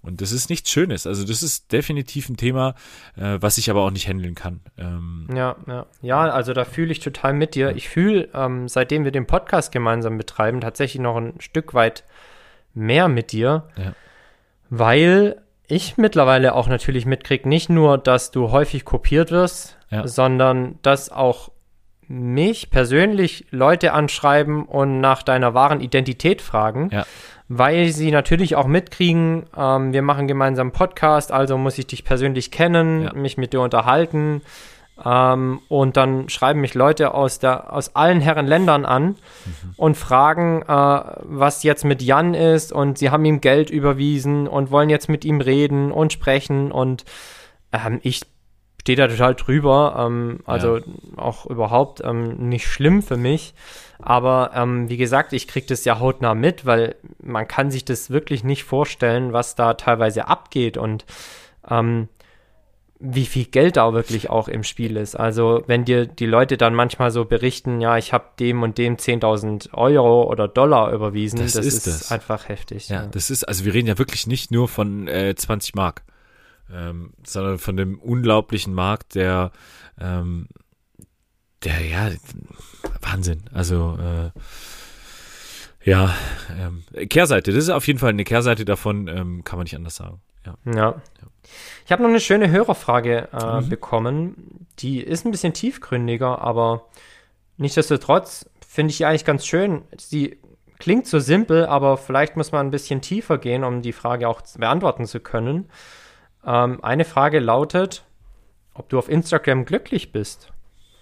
Und das ist nichts Schönes. Also das ist definitiv ein Thema, äh, was ich aber auch nicht handeln kann. Ähm, ja, ja. Ja, also da fühle ich total mit dir. Ich fühle, ähm, seitdem wir den Podcast gemeinsam betreiben, tatsächlich noch ein Stück weit mehr mit dir, ja. weil ich mittlerweile auch natürlich mitkriege, nicht nur, dass du häufig kopiert wirst, ja. sondern dass auch mich persönlich Leute anschreiben und nach deiner wahren Identität fragen, ja. weil sie natürlich auch mitkriegen, ähm, wir machen gemeinsam einen Podcast, also muss ich dich persönlich kennen, ja. mich mit dir unterhalten, ähm, und dann schreiben mich Leute aus, der, aus allen Herren Ländern an mhm. und fragen, äh, was jetzt mit Jan ist, und sie haben ihm Geld überwiesen und wollen jetzt mit ihm reden und sprechen, und ähm, ich stehe da total drüber, ähm, also ja. auch überhaupt ähm, nicht schlimm für mich, aber ähm, wie gesagt, ich kriege das ja hautnah mit, weil man kann sich das wirklich nicht vorstellen, was da teilweise abgeht und ähm, wie viel Geld da wirklich auch im Spiel ist. Also wenn dir die Leute dann manchmal so berichten, ja, ich habe dem und dem zehntausend Euro oder Dollar überwiesen, das, das ist, ist das. einfach heftig. Ja, ja, das ist, also wir reden ja wirklich nicht nur von äh, zwanzig Mark, ähm, sondern von dem unglaublichen Markt, der, ähm, der, ja, Wahnsinn. Also, äh, ja, ähm, Kehrseite, das ist auf jeden Fall eine Kehrseite davon, ähm, kann man nicht anders sagen. Ja. Ja. ja. Ich habe noch eine schöne Hörerfrage äh, mhm. bekommen. Die ist ein bisschen tiefgründiger, aber nichtsdestotrotz finde ich die eigentlich ganz schön. Sie klingt so simpel, aber vielleicht muss man ein bisschen tiefer gehen, um die Frage auch beantworten zu können. Ähm, eine Frage lautet, ob du auf Instagram glücklich bist.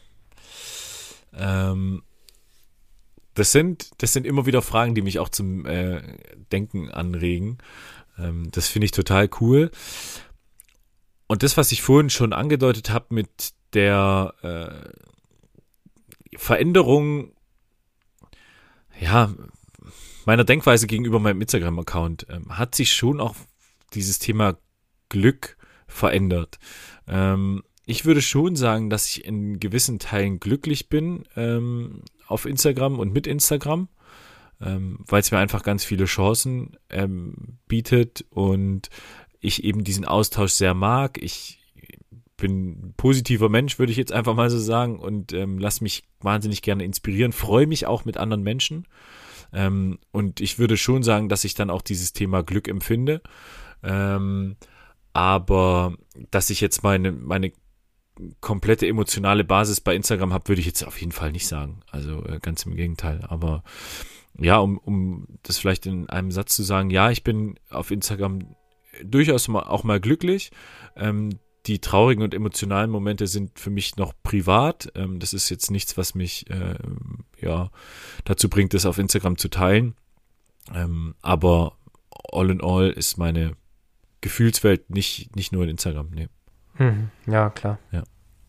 Ähm, das sind, das sind immer wieder Fragen, die mich auch zum äh, Denken anregen. Ähm, das finde ich total cool. Und das, was ich vorhin schon angedeutet habe mit der äh, Veränderung, ja, meiner Denkweise gegenüber meinem Instagram-Account, ähm, hat sich schon auch dieses Thema Glück verändert. Ähm, ich würde schon sagen, dass ich in gewissen Teilen glücklich bin ähm, auf Instagram und mit Instagram, ähm, weil es mir einfach ganz viele Chancen ähm, bietet und ich eben diesen Austausch sehr mag. Ich bin ein positiver Mensch, würde ich jetzt einfach mal so sagen, und ähm, lasse mich wahnsinnig gerne inspirieren, freue mich auch mit anderen Menschen. Ähm, und ich würde schon sagen, dass ich dann auch dieses Thema Glück empfinde. Ähm, aber dass ich jetzt meine, meine komplette emotionale Basis bei Instagram habe, würde ich jetzt auf jeden Fall nicht sagen. Also äh, ganz im Gegenteil. Aber ja, um, um das vielleicht in einem Satz zu sagen, ja, ich bin auf Instagram durchaus mal, auch mal glücklich. Ähm, die traurigen und emotionalen Momente sind für mich noch privat. Ähm, das ist jetzt nichts, was mich äh, ja dazu bringt, das auf Instagram zu teilen. Ähm, aber all in all ist meine Gefühlswelt nicht, nicht nur in Instagram. Nee. Hm, ja, klar. Ja.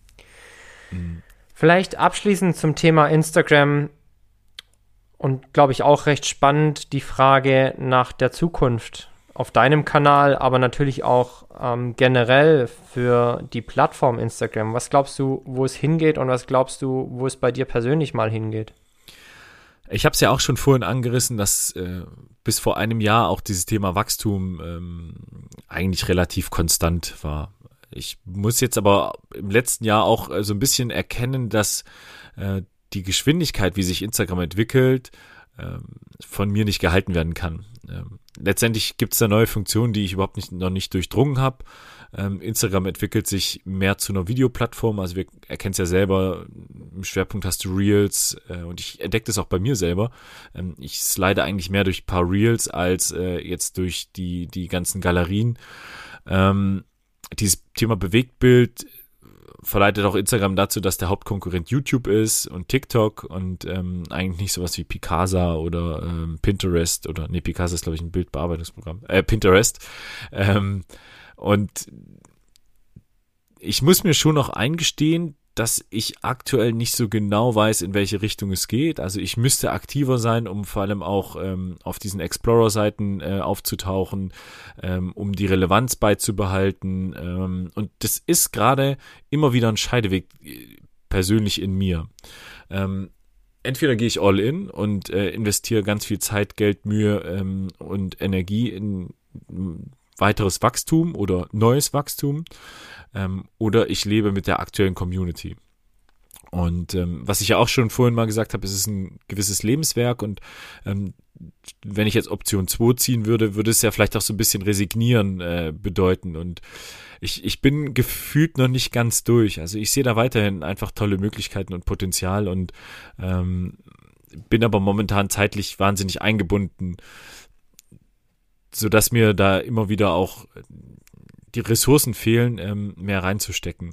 Mhm. Vielleicht abschließend zum Thema Instagram und, glaube ich, auch recht spannend die Frage nach der Zukunft auf deinem Kanal, aber natürlich auch ähm, generell für die Plattform Instagram. Was glaubst du, wo es hingeht, und was glaubst du, wo es bei dir persönlich mal hingeht? Ich habe es ja auch schon vorhin angerissen, dass äh, bis vor einem Jahr auch dieses Thema Wachstum ähm, eigentlich relativ konstant war. Ich muss jetzt aber im letzten Jahr auch äh, so ein bisschen erkennen, dass äh, die Geschwindigkeit, wie sich Instagram entwickelt, ähm, von mir nicht gehalten werden kann. Ähm, letztendlich gibt es da neue Funktionen, die ich überhaupt nicht, noch nicht durchdrungen habe. Ähm, Instagram entwickelt sich mehr zu einer Videoplattform, also wir erkennen es ja selber, im Schwerpunkt hast du Reels äh, und ich entdecke das auch bei mir selber. Ähm, ich slide eigentlich mehr durch ein paar Reels als äh, jetzt durch die, die ganzen Galerien. Ähm, dieses Thema Bewegtbild verleitet auch Instagram dazu, dass der Hauptkonkurrent YouTube ist und TikTok und ähm, eigentlich nicht sowas wie Picasa oder ähm, Pinterest oder, nee, Picasa ist, glaube ich, ein Bildbearbeitungsprogramm, äh, Pinterest. Ähm, und ich muss mir schon noch eingestehen, dass ich aktuell nicht so genau weiß, in welche Richtung es geht. Also ich müsste aktiver sein, um vor allem auch ähm, auf diesen Explorer-Seiten äh, aufzutauchen, ähm, um die Relevanz beizubehalten. Ähm, und das ist gerade immer wieder ein Scheideweg äh, persönlich in mir. Ähm, entweder gehe ich all in und äh, investiere ganz viel Zeit, Geld, Mühe ähm, und Energie in weiteres Wachstum oder neues Wachstum ähm, oder ich lebe mit der aktuellen Community. Und ähm, was ich ja auch schon vorhin mal gesagt habe, es ist ein gewisses Lebenswerk und ähm, wenn ich jetzt Option zwei ziehen würde, würde es ja vielleicht auch so ein bisschen resignieren äh, bedeuten und ich, ich bin gefühlt noch nicht ganz durch. Also ich sehe da weiterhin einfach tolle Möglichkeiten und Potenzial und ähm, bin aber momentan zeitlich wahnsinnig eingebunden, sodass mir da immer wieder auch die Ressourcen fehlen, ähm, mehr reinzustecken.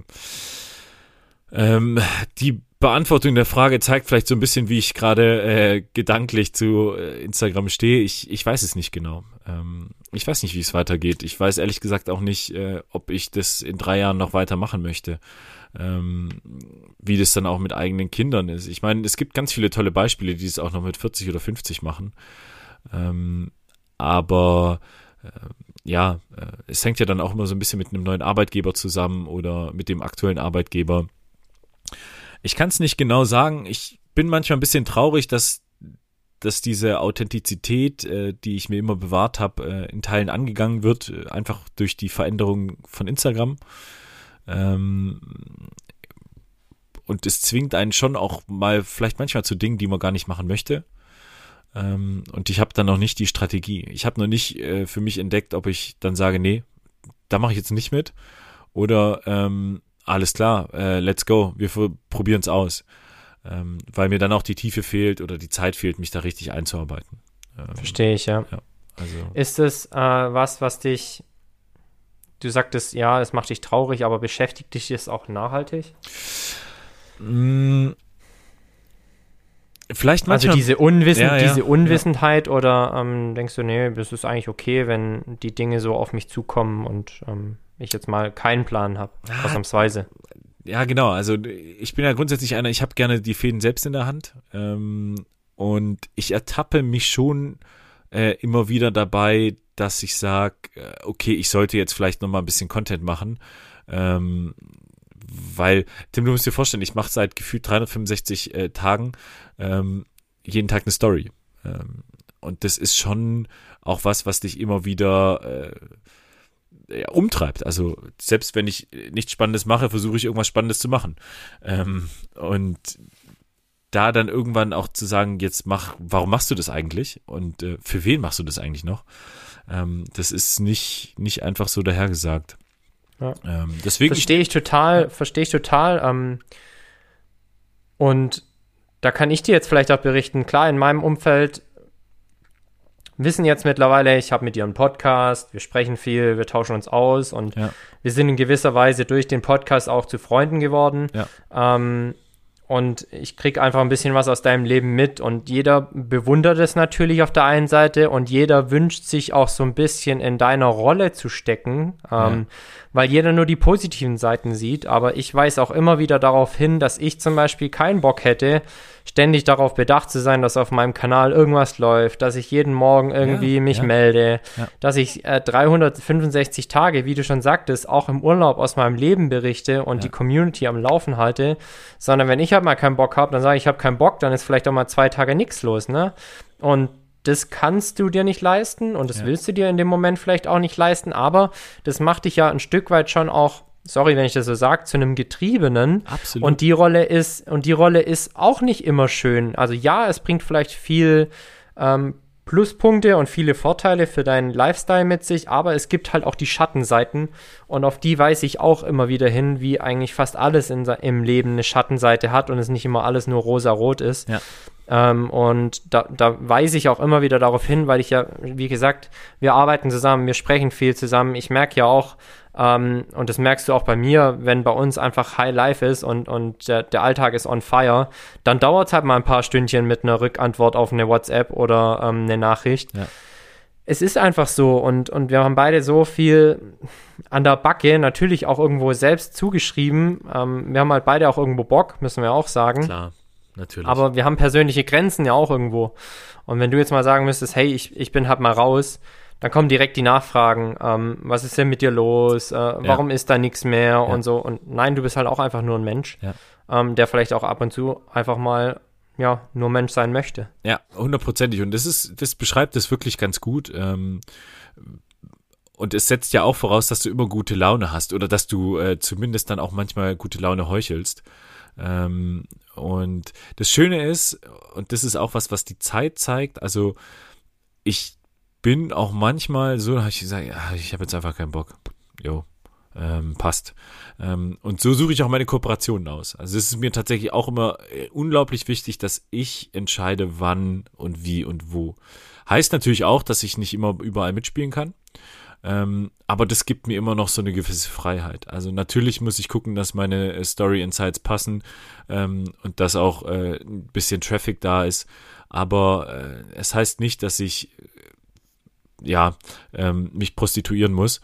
Ähm, die Beantwortung der Frage zeigt vielleicht so ein bisschen, wie ich gerade äh, gedanklich zu äh, Instagram stehe. Ich, ich weiß es nicht genau. Ähm, ich weiß nicht, wie es weitergeht. Ich weiß ehrlich gesagt auch nicht, äh, ob ich das in drei Jahren noch weitermachen möchte. Ähm, wie das dann auch mit eigenen Kindern ist. Ich meine, es gibt ganz viele tolle Beispiele, die es auch noch mit vierzig oder fünfzig machen. Ähm, aber äh, ja, äh, es hängt ja dann auch immer so ein bisschen mit einem neuen Arbeitgeber zusammen oder mit dem aktuellen Arbeitgeber. Ich kann es nicht genau sagen. Ich bin manchmal ein bisschen traurig, dass, dass diese Authentizität, äh, die ich mir immer bewahrt habe, äh, in Teilen angegangen wird, äh, einfach durch die Veränderung von Instagram. Ähm, und es zwingt einen schon auch mal vielleicht manchmal zu Dingen, die man gar nicht machen möchte. Ähm, und ich habe dann noch nicht die Strategie. Ich habe noch nicht äh, für mich entdeckt, ob ich dann sage, nee, da mache ich jetzt nicht mit. Oder ähm, alles klar, äh, let's go, wir probieren es aus. Ähm, weil mir dann auch die Tiefe fehlt oder die Zeit fehlt, mich da richtig einzuarbeiten. Ähm, Verstehe ich, ja. ja also. Ist es äh, was, was dich, du sagtest, ja, es macht dich traurig, aber beschäftigt dich das auch nachhaltig? Mh, vielleicht manchmal. Also diese, Unwissen, ja, ja, diese Unwissenheit ja. oder ähm, denkst du, nee, das ist eigentlich okay, wenn die Dinge so auf mich zukommen und ähm, ich jetzt mal keinen Plan habe, ah, ausnahmsweise. Ja, genau. Also ich bin ja grundsätzlich einer, ich habe gerne die Fäden selbst in der Hand ähm, und ich ertappe mich schon äh, immer wieder dabei, dass ich sage, äh, okay, ich sollte jetzt vielleicht nochmal ein bisschen Content machen, ähm, weil, Tim, du musst dir vorstellen, ich mache seit gefühlt dreihundertfünfundsechzig äh, Tagen ähm, jeden Tag eine Story. Ähm, und das ist schon auch was, was dich immer wieder äh, ja, umtreibt. Also selbst wenn ich nichts Spannendes mache, versuche ich irgendwas Spannendes zu machen. Ähm, und da dann irgendwann auch zu sagen, jetzt mach, warum machst du das eigentlich? Und äh, für wen machst du das eigentlich noch? Ähm, das ist nicht, nicht einfach so dahergesagt. Ja. Ähm, deswegen verstehe ich total, ja. verstehe ich total. Ähm, und da kann ich dir jetzt vielleicht auch berichten, klar, in meinem Umfeld wissen jetzt mittlerweile, ich habe mit dir einen Podcast, wir sprechen viel, wir tauschen uns aus und ja. wir sind in gewisser Weise durch den Podcast auch zu Freunden geworden. Ja. Ähm, und ich kriege einfach ein bisschen was aus deinem Leben mit und jeder bewundert es natürlich auf der einen Seite und jeder wünscht sich auch so ein bisschen in deiner Rolle zu stecken, ähm, ja. weil jeder nur die positiven Seiten sieht, aber ich weise auch immer wieder darauf hin, dass ich zum Beispiel keinen Bock hätte, ständig darauf bedacht zu sein, dass auf meinem Kanal irgendwas läuft, dass ich jeden Morgen irgendwie ja, mich ja. melde, ja. dass ich äh, dreihundertfünfundsechzig Tage, wie du schon sagtest, auch im Urlaub aus meinem Leben berichte und ja. die Community am Laufen halte, sondern wenn ich halt mal keinen Bock habe, dann sage ich, ich habe keinen Bock, dann ist vielleicht auch mal zwei Tage nichts los, ne? Und das kannst du dir nicht leisten und das ja. willst du dir in dem Moment vielleicht auch nicht leisten, aber das macht dich ja ein Stück weit schon auch, sorry, wenn ich das so sage, zu einem Getriebenen. Absolut. Und die Rolle ist, und die Rolle ist auch nicht immer schön. Also ja, es bringt vielleicht viel ähm, Pluspunkte und viele Vorteile für deinen Lifestyle mit sich, aber es gibt halt auch die Schattenseiten und auf die weise ich auch immer wieder hin, wie eigentlich fast alles in, im Leben eine Schattenseite hat und es nicht immer alles nur rosa-rot ist. Ja. Ähm, und da, da weise ich auch immer wieder darauf hin, weil ich ja, wie gesagt, wir arbeiten zusammen, wir sprechen viel zusammen. Ich merke ja auch, ähm, und das merkst du auch bei mir, wenn bei uns einfach High Life ist und, und der, der Alltag ist on fire, dann dauert es halt mal ein paar Stündchen mit einer Rückantwort auf eine WhatsApp oder ähm, eine Nachricht. Ja. Es ist einfach so und, und wir haben beide so viel an der Backe, natürlich auch irgendwo selbst zugeschrieben. Ähm, wir haben halt beide auch irgendwo Bock, müssen wir auch sagen. Klar. Natürlich. Aber wir haben persönliche Grenzen ja auch irgendwo. Und wenn du jetzt mal sagen müsstest, hey, ich, ich bin halt mal raus, dann kommen direkt die Nachfragen, ähm, was ist denn mit dir los, äh, warum ja. ist da nichts mehr ja. und so. Und nein, du bist halt auch einfach nur ein Mensch, ja. ähm, der vielleicht auch ab und zu einfach mal, ja, nur Mensch sein möchte. Ja, hundertprozentig. Und das ist, das beschreibt es wirklich ganz gut. Ähm, und es setzt ja auch voraus, dass du immer gute Laune hast oder dass du äh, zumindest dann auch manchmal gute Laune heuchelst. Ähm, und das Schöne ist, und das ist auch was, was die Zeit zeigt, also ich bin auch manchmal so, da habe ich gesagt, ja, ich habe jetzt einfach keinen Bock. Jo, ähm, passt. Ähm, und so suche ich auch meine Kooperationen aus. Also es ist mir tatsächlich auch immer äh, unglaublich wichtig, dass ich entscheide, wann und wie und wo. Heißt natürlich auch, dass ich nicht immer überall mitspielen kann. Ähm, aber das gibt mir immer noch so eine gewisse Freiheit. Also natürlich muss ich gucken, dass meine äh, Story Insights passen ähm, und dass auch äh, ein bisschen Traffic da ist. Aber äh, es heißt nicht, dass ich äh, ja ähm, mich prostituieren muss,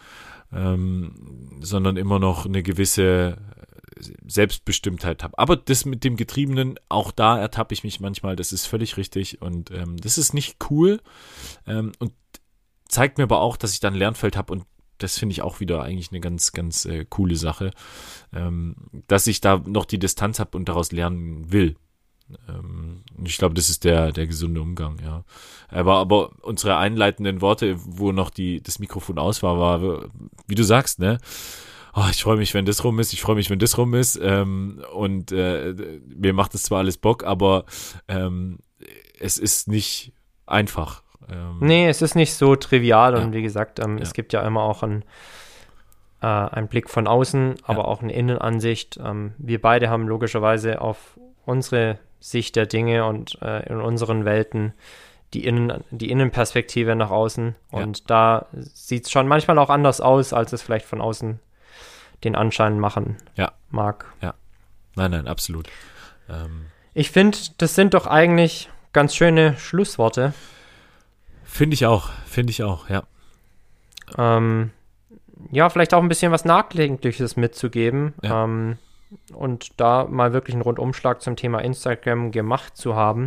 ähm, sondern immer noch eine gewisse Selbstbestimmtheit habe. Aber das mit dem Getriebenen, auch da ertappe ich mich manchmal, das ist völlig richtig und ähm, das ist nicht cool ähm, und zeigt mir aber auch, dass ich da ein Lernfeld habe und das finde ich auch wieder eigentlich eine ganz, ganz äh, coole Sache, ähm, dass ich da noch die Distanz habe und daraus lernen will. Ähm, ich glaube, das ist der, der gesunde Umgang, ja. Aber, aber unsere einleitenden Worte, wo noch die, das Mikrofon aus war, war, wie du sagst, ne? Oh, ich freue mich, wenn das rum ist, ich freue mich, wenn das rum ist ähm, und äh, mir macht das zwar alles Bock, aber ähm, es ist nicht einfach. Ähm, nee, es ist nicht so trivial ja. und wie gesagt, ähm, Ja. es gibt ja immer auch einen, äh, einen Blick von außen, aber Ja. auch eine Innenansicht. Ähm, wir beide haben logischerweise auf unsere Sicht der Dinge und äh, in unseren Welten die, Innen, die Innenperspektive nach außen und Ja. da sieht es schon manchmal auch anders aus, als es vielleicht von außen den Anschein machen Ja. mag. Nein, nein, absolut. Ähm, Ich finde, das sind doch eigentlich ganz schöne Schlussworte. finde ich auch, finde ich auch, ja. Ähm, ja, vielleicht auch ein bisschen was Nachträgliches mitzugeben Ja. ähm, und da mal wirklich einen Rundumschlag zum Thema Instagram gemacht zu haben.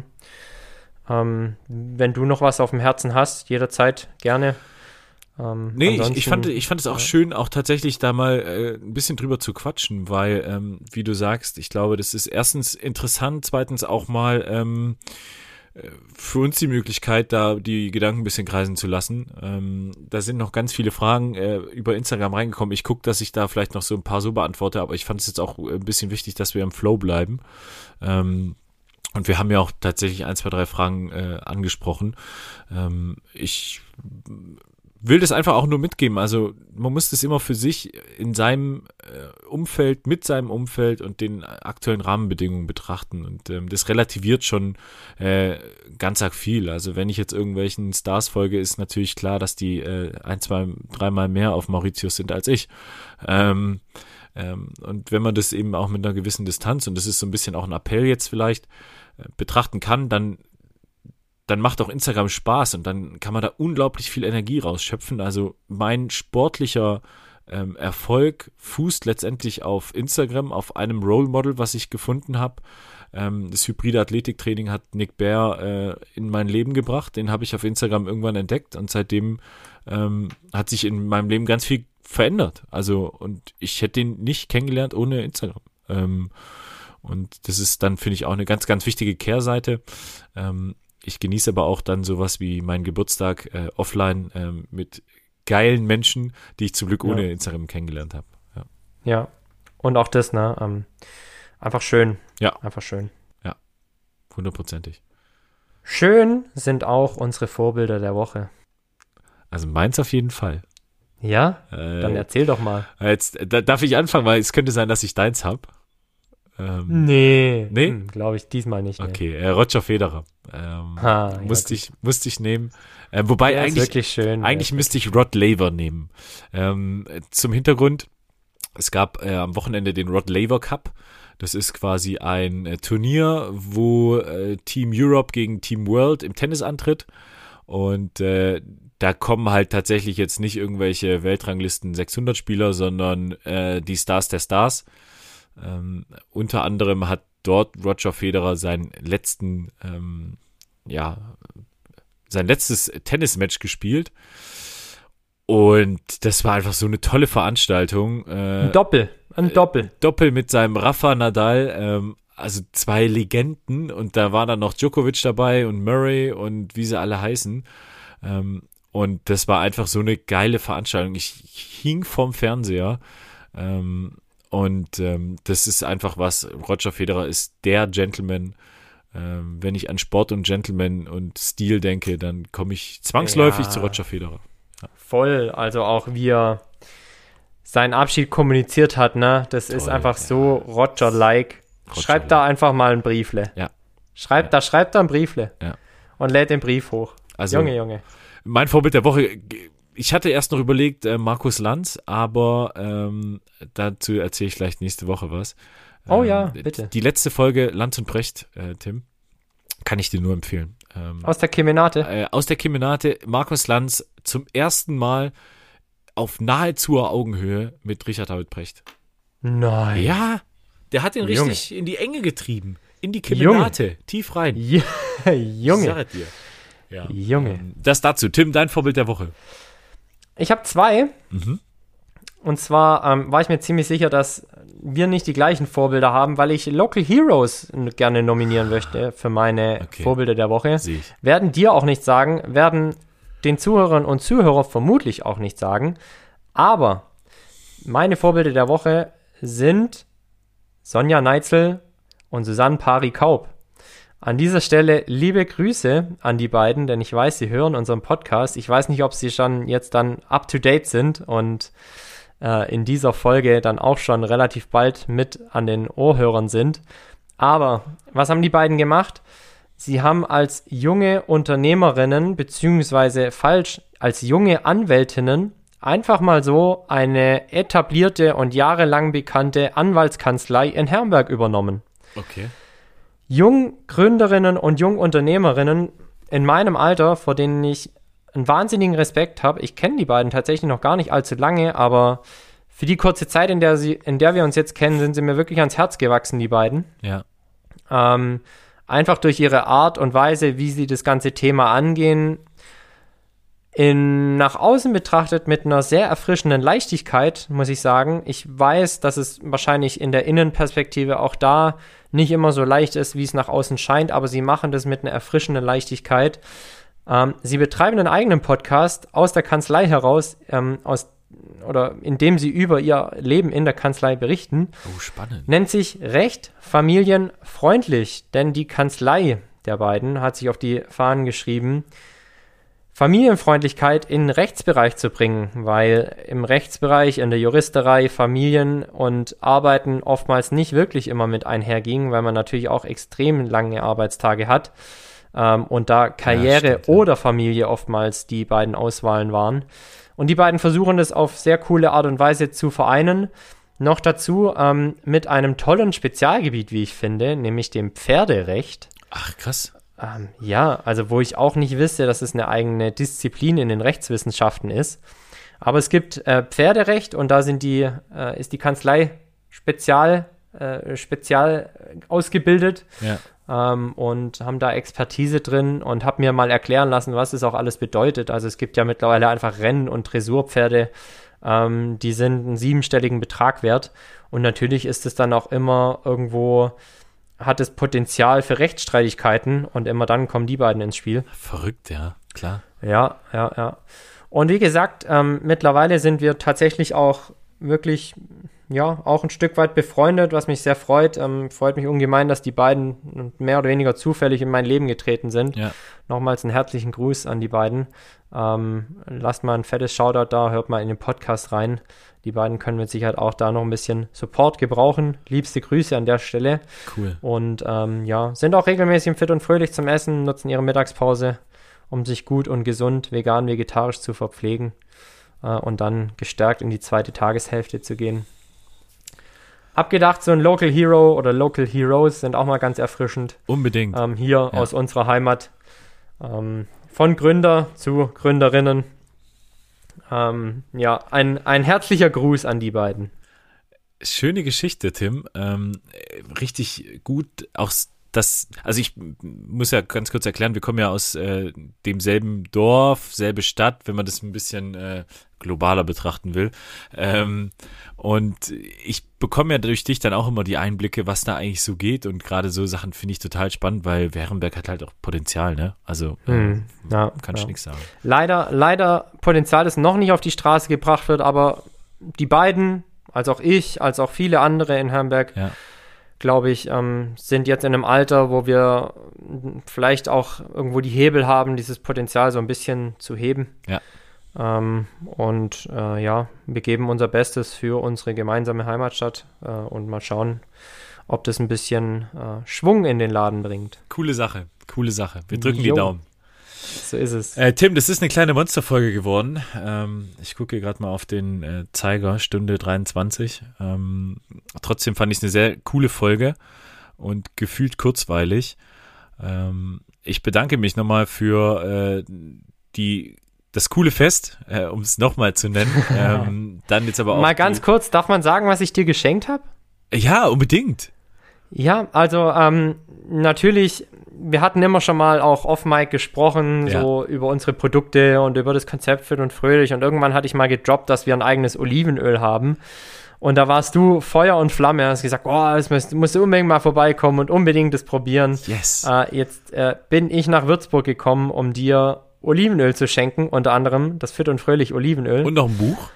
Ähm, wenn du noch was auf dem Herzen hast, jederzeit gerne. Ähm, Nee, ich, ich, ansonsten- fand, ich fand es auch ja. schön, auch tatsächlich da mal äh, ein bisschen drüber zu quatschen, weil, ähm, wie du sagst, ich glaube, das ist erstens interessant, zweitens auch mal ähm, äh, für uns die Möglichkeit, da die Gedanken ein bisschen kreisen zu lassen. Ähm, da sind noch ganz viele Fragen äh, über Instagram reingekommen. Ich gucke, dass ich da vielleicht noch so ein paar so beantworte, aber ich fand es jetzt auch ein bisschen wichtig, dass wir im Flow bleiben. Ähm, und wir haben ja auch tatsächlich ein, zwei, drei Fragen äh, angesprochen. Ähm, ich will das einfach auch nur mitgeben. Also man muss das immer für sich in seinem äh, Umfeld, mit seinem Umfeld und den aktuellen Rahmenbedingungen betrachten. Und ähm, das relativiert schon äh, ganz arg viel. Also wenn ich jetzt irgendwelchen Stars folge, ist natürlich klar, dass die äh, ein, zwei, dreimal mehr auf Mauritius sind als ich. Ähm, ähm, und wenn man das eben auch mit einer gewissen Distanz, und das ist so ein bisschen auch ein Appell jetzt vielleicht, äh, betrachten kann, dann dann macht auch Instagram Spaß und dann kann man da unglaublich viel Energie rausschöpfen. Also mein sportlicher ähm, Erfolg fußt letztendlich auf Instagram, auf einem Role Model, was ich gefunden habe. Ähm, das hybride Athletiktraining hat Nick Baer äh, in mein Leben gebracht. Den habe ich auf Instagram irgendwann entdeckt und seitdem ähm, hat sich in meinem Leben ganz viel verändert. Also und ich hätte ihn nicht kennengelernt ohne Instagram. Ähm, und das ist dann, finde ich, auch eine ganz, ganz wichtige Kehrseite. Ähm, Ich genieße aber auch dann sowas wie meinen Geburtstag äh, offline ähm, mit geilen Menschen, die ich zum Glück ohne Ja. Instagram kennengelernt habe. Ja. Ja, und auch das, ne? Ähm, einfach schön. Ja. Einfach schön. Hundertprozentig. Schön sind auch unsere Vorbilder der Woche. Also meins auf jeden Fall. Ja? Äh, Dann erzähl doch mal. jetzt da, darf ich anfangen, weil es könnte sein, dass ich deins habe. Ähm, Nee. Nee? Hm, glaube ich, diesmal nicht. Nee. Okay, äh, Roger Federer. Ähm, Ha, ja, musste, gut. ich, musste ich nehmen. Äh, wobei Der ist eigentlich, wirklich schön. eigentlich Der ist müsste ich Rod Laver nehmen. Ähm, zum Hintergrund, es gab äh, am Wochenende den Rod Laver Cup. Das ist quasi ein äh, Turnier, wo äh, Team Europe gegen Team World im Tennis antritt. Und äh, da kommen halt tatsächlich jetzt nicht irgendwelche Weltranglisten sechshundert Spieler, sondern äh, die Stars der Stars. Ähm, unter anderem hat dort Roger Federer seinen letzten, ähm, ja, sein letztes Tennismatch gespielt. Und das war einfach so eine tolle Veranstaltung. Äh, Ein Doppel. Ein Doppel. Doppel mit seinem Rafa Nadal, ähm, also zwei Legenden. Und da war dann noch Djokovic dabei und Murray und wie sie alle heißen. Ähm, Und das war einfach so eine geile Veranstaltung. Ich hing vorm Fernseher ähm, und ähm, das ist einfach was, Roger Federer ist der Gentleman. Ähm, wenn ich an Sport und Gentleman und Stil denke, dann komme ich zwangsläufig ja, zu Roger Federer. Ja. Voll, also auch wie er seinen Abschied kommuniziert hat, ne? Das Toll, ist einfach ja. so Roger-like. Roger Schreibt da einfach mal ein Briefle. Ja. Schreibt, ja. Da schreibt er ein Briefle. Ja. Und lädt den Brief hoch. Also, Junge, Junge. Mein Vorbild der Woche, ich hatte erst noch überlegt, äh, Markus Lanz, aber ähm, dazu erzähle ich vielleicht nächste Woche was. Oh ähm, ja, bitte. Die letzte Folge Lanz und Precht, äh, Tim, kann ich dir nur empfehlen. Ähm, aus der Kemenate? Äh, aus der Kemenate, Markus Lanz zum ersten Mal auf nahezu Augenhöhe mit Richard David Precht. Nein. Ja, der hat ihn Junge. richtig in die Enge getrieben. In die Kemenate, Junge. tief rein. Ja, Junge. Ich sag dir. Ja. Junge. Ähm, das dazu. Tim, dein Vorbild der Woche. Ich habe zwei. Mhm. Und zwar ähm, war ich mir ziemlich sicher, dass wir nicht die gleichen Vorbilder haben, weil ich Local Heroes gerne nominieren möchte für meine okay. Vorbilder der Woche. Sehe ich. Werden dir auch nicht sagen, werden den Zuhörern und Zuhörern vermutlich auch nicht sagen. Aber meine Vorbilder der Woche sind Sonja Neitzel und Susanne Pari-Kaub. An dieser Stelle liebe Grüße an die beiden, denn ich weiß, sie hören unseren Podcast. Ich weiß nicht, ob sie schon jetzt dann up to date sind und äh, in dieser Folge dann auch schon relativ bald mit an den Ohrhörern sind. Aber was haben die beiden gemacht? Sie haben als junge Unternehmerinnen, beziehungsweise falsch, als junge Anwältinnen einfach mal so eine etablierte und jahrelang bekannte Anwaltskanzlei in Herrenberg übernommen. Okay. Junggründerinnen und Jungunternehmerinnen in meinem Alter, vor denen ich einen wahnsinnigen Respekt habe. Ich kenne die beiden tatsächlich noch gar nicht allzu lange, aber für die kurze Zeit, in der sie, in der wir uns jetzt kennen, sind sie mir wirklich ans Herz gewachsen, die beiden. Ja. Ähm, einfach durch ihre Art und Weise, wie sie das ganze Thema angehen, in, nach außen betrachtet mit einer sehr erfrischenden Leichtigkeit, muss ich sagen. Ich weiß, dass es wahrscheinlich in der Innenperspektive auch da nicht immer so leicht ist, wie es nach außen scheint, aber sie machen das mit einer erfrischenden Leichtigkeit. Ähm, sie betreiben einen eigenen Podcast aus der Kanzlei heraus, ähm, aus, oder indem sie über ihr Leben in der Kanzlei berichten. Oh, spannend. Nennt sich Recht familienfreundlich, denn die Kanzlei der beiden hat sich auf die Fahnen geschrieben, Familienfreundlichkeit in den Rechtsbereich zu bringen, weil im Rechtsbereich, in der Juristerei, Familien und Arbeiten oftmals nicht wirklich immer mit einherging, weil man natürlich auch extrem lange Arbeitstage hat ähm, und da Karriere ja, stimmt, ja. oder Familie oftmals die beiden Auswahlen waren. Und die beiden versuchen das auf sehr coole Art und Weise zu vereinen. Noch dazu ähm, mit einem tollen Spezialgebiet, wie ich finde, nämlich dem Pferderecht. Ach, krass. Ähm, ja, also wo ich auch nicht wisse, dass es eine eigene Disziplin in den Rechtswissenschaften ist. Aber es gibt äh, Pferderecht und da sind die, äh, ist die Kanzlei spezial, äh, spezial ausgebildet ja. ähm, und haben da Expertise drin und habe mir mal erklären lassen, was das auch alles bedeutet. Also es gibt ja mittlerweile einfach Rennen- und Dressurpferde, ähm, die sind einen siebenstelligen Betrag wert. Und natürlich ist es dann auch immer irgendwo, hat es Potenzial für Rechtsstreitigkeiten und immer dann kommen die beiden ins Spiel. Verrückt, ja, klar. Ja, ja, ja. Und wie gesagt, ähm, mittlerweile sind wir tatsächlich auch wirklich, ja, auch ein Stück weit befreundet, was mich sehr freut. Ähm, freut mich ungemein, dass die beiden mehr oder weniger zufällig in mein Leben getreten sind. Ja. Nochmals einen herzlichen Gruß an die beiden. Ähm, lasst mal ein fettes Shoutout da, hört mal in den Podcast rein. Die beiden können mit Sicherheit auch da noch ein bisschen Support gebrauchen. Liebste Grüße an der Stelle. Cool. Und ähm, ja, sind auch regelmäßig fit und fröhlich zum Essen, nutzen ihre Mittagspause, um sich gut und gesund, vegan, vegetarisch zu verpflegen äh, und dann gestärkt in die zweite Tageshälfte zu gehen. Abgedacht, so ein Local Hero oder Local Heroes sind auch mal ganz erfrischend. Unbedingt. Ähm, hier ja. aus unserer Heimat. Ähm, von Gründer zu Gründerinnen. Ähm, ja, ein, ein herzlicher Gruß an die beiden. Schöne Geschichte, Tim. Ähm, richtig gut, auch das, also ich muss ja ganz kurz erklären, wir kommen ja aus äh, demselben Dorf, selbe Stadt, wenn man das ein bisschen äh, globaler betrachten will. Ähm, und ich bekomme ja durch dich dann auch immer die Einblicke, was da eigentlich so geht, und gerade so Sachen finde ich total spannend, weil Werenberg hat halt auch Potenzial, ne? Also äh, Hm, ja, kann ich ja. nichts sagen. Leider, leider Potenzial, das noch nicht auf die Straße gebracht wird, aber die beiden, als auch ich, als auch viele andere in Herrenberg, Ja. glaube ich, ähm, sind jetzt in einem Alter, wo wir vielleicht auch irgendwo die Hebel haben, dieses Potenzial so ein bisschen zu heben. Ja. Ähm, und äh, ja, wir geben unser Bestes für unsere gemeinsame Heimatstadt äh, und mal schauen, ob das ein bisschen äh, Schwung in den Laden bringt. Coole Sache, coole Sache. Wir drücken Jo. die Daumen. So ist es. Äh, Tim, das ist eine kleine Monsterfolge geworden. Ähm, ich gucke hier gerade mal auf den äh, Zeiger, Stunde dreiundzwanzig. Ähm, trotzdem fand ich es eine sehr coole Folge und gefühlt kurzweilig. Ähm, ich bedanke mich nochmal für äh, die das coole Fest, äh, um es nochmal zu nennen. Ähm, dann jetzt aber auch Mal ganz die, kurz, darf man sagen, was ich dir geschenkt habe? Ja, unbedingt. Ja, also ähm, natürlich, wir hatten immer schon mal auch off-Mic gesprochen, Ja. so über unsere Produkte und über das Konzept Fit und Fröhlich, und irgendwann hatte ich mal gedroppt, dass wir ein eigenes Olivenöl haben, und da warst du Feuer und Flamme, hast gesagt, oh, das musst, musst du unbedingt mal vorbeikommen und unbedingt das probieren. Yes. Äh, jetzt äh, bin ich nach Würzburg gekommen, um dir Olivenöl zu schenken, unter anderem das Fit und Fröhlich Olivenöl. Und noch ein Buch.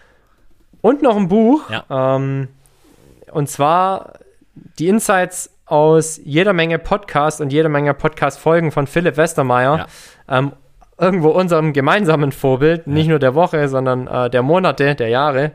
Und noch ein Buch. Ja. Ähm, und zwar die Insights aus jeder Menge Podcasts und jeder Menge Podcast-Folgen von Philipp Westermeier. Ja. Ähm, irgendwo unserem gemeinsamen Vorbild, nicht nur der Woche, sondern äh, der Monate, der Jahre.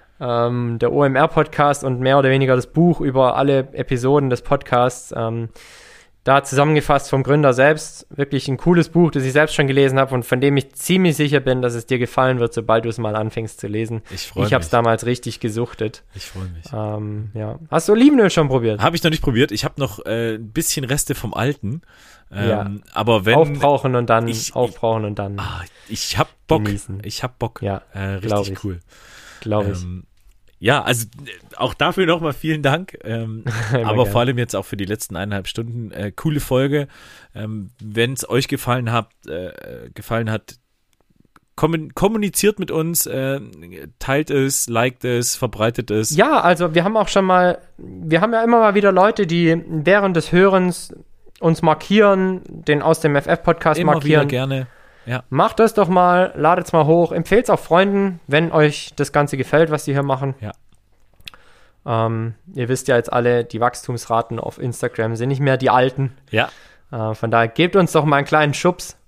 Ähm, der O M R-Podcast und mehr oder weniger das Buch über alle Episoden des Podcasts. Ähm, da zusammengefasst vom Gründer selbst. Wirklich ein cooles Buch, das ich selbst schon gelesen habe und von dem ich ziemlich sicher bin, dass es dir gefallen wird, sobald du es mal anfängst zu lesen. Ich freue mich. Ich habe es damals richtig gesuchtet. Ich freue mich. Ähm, ja. Hast du Olivenöl schon probiert? Habe ich noch nicht probiert. Ich habe noch äh, ein bisschen Reste vom Alten. Ähm, Ja. Aber wenn Aufbrauchen und dann ich- aufbrauchen und dann, ah, ich hab Bock. Genießen. Ich hab Bock. Ja, äh, glaub richtig ich. cool. glaube ich. Ähm, ja, also äh, auch dafür nochmal vielen Dank. Ähm, aber gern. vor allem jetzt auch für die letzten eineinhalb Stunden. Äh, coole Folge. Ähm, wenn es euch gefallen hat, äh, gefallen hat, kommun- kommuniziert mit uns, äh, teilt es, liked es, verbreitet es. Ja, also wir haben auch schon mal, wir haben ja immer mal wieder Leute, die während des Hörens uns markieren, den aus dem F F-Podcast Immer wieder markieren. gerne. Ja. Macht das doch mal, ladet's mal hoch, empfehlt es auch Freunden, wenn euch das Ganze gefällt, was die hier machen. Ja. Ähm, ihr wisst ja jetzt alle, die Wachstumsraten auf Instagram sind nicht mehr die alten. Ja. Äh, von daher gebt uns doch mal einen kleinen Schubs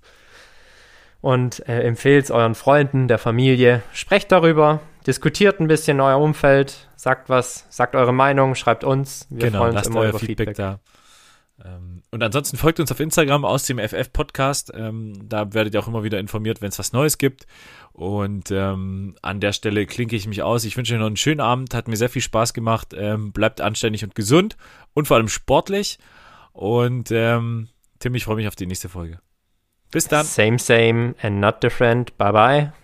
und äh, empfehlt es euren Freunden, der Familie. Sprecht darüber, diskutiert ein bisschen in eurem Umfeld, sagt was, sagt eure Meinung, schreibt uns. Wir Genau, freuen uns lasst immer euer über Feedback, Feedback. da. Ähm, und ansonsten folgt uns auf Instagram aus dem F F-Podcast. Ähm, da werdet ihr auch immer wieder informiert, wenn es was Neues gibt. Und ähm, an der Stelle klinke ich mich aus. Ich wünsche euch noch einen schönen Abend. Hat mir sehr viel Spaß gemacht. Ähm, bleibt anständig und gesund und vor allem sportlich. Und ähm, Tim, ich freue mich auf die nächste Folge. Bis dann. Same, same and not different. Bye, bye.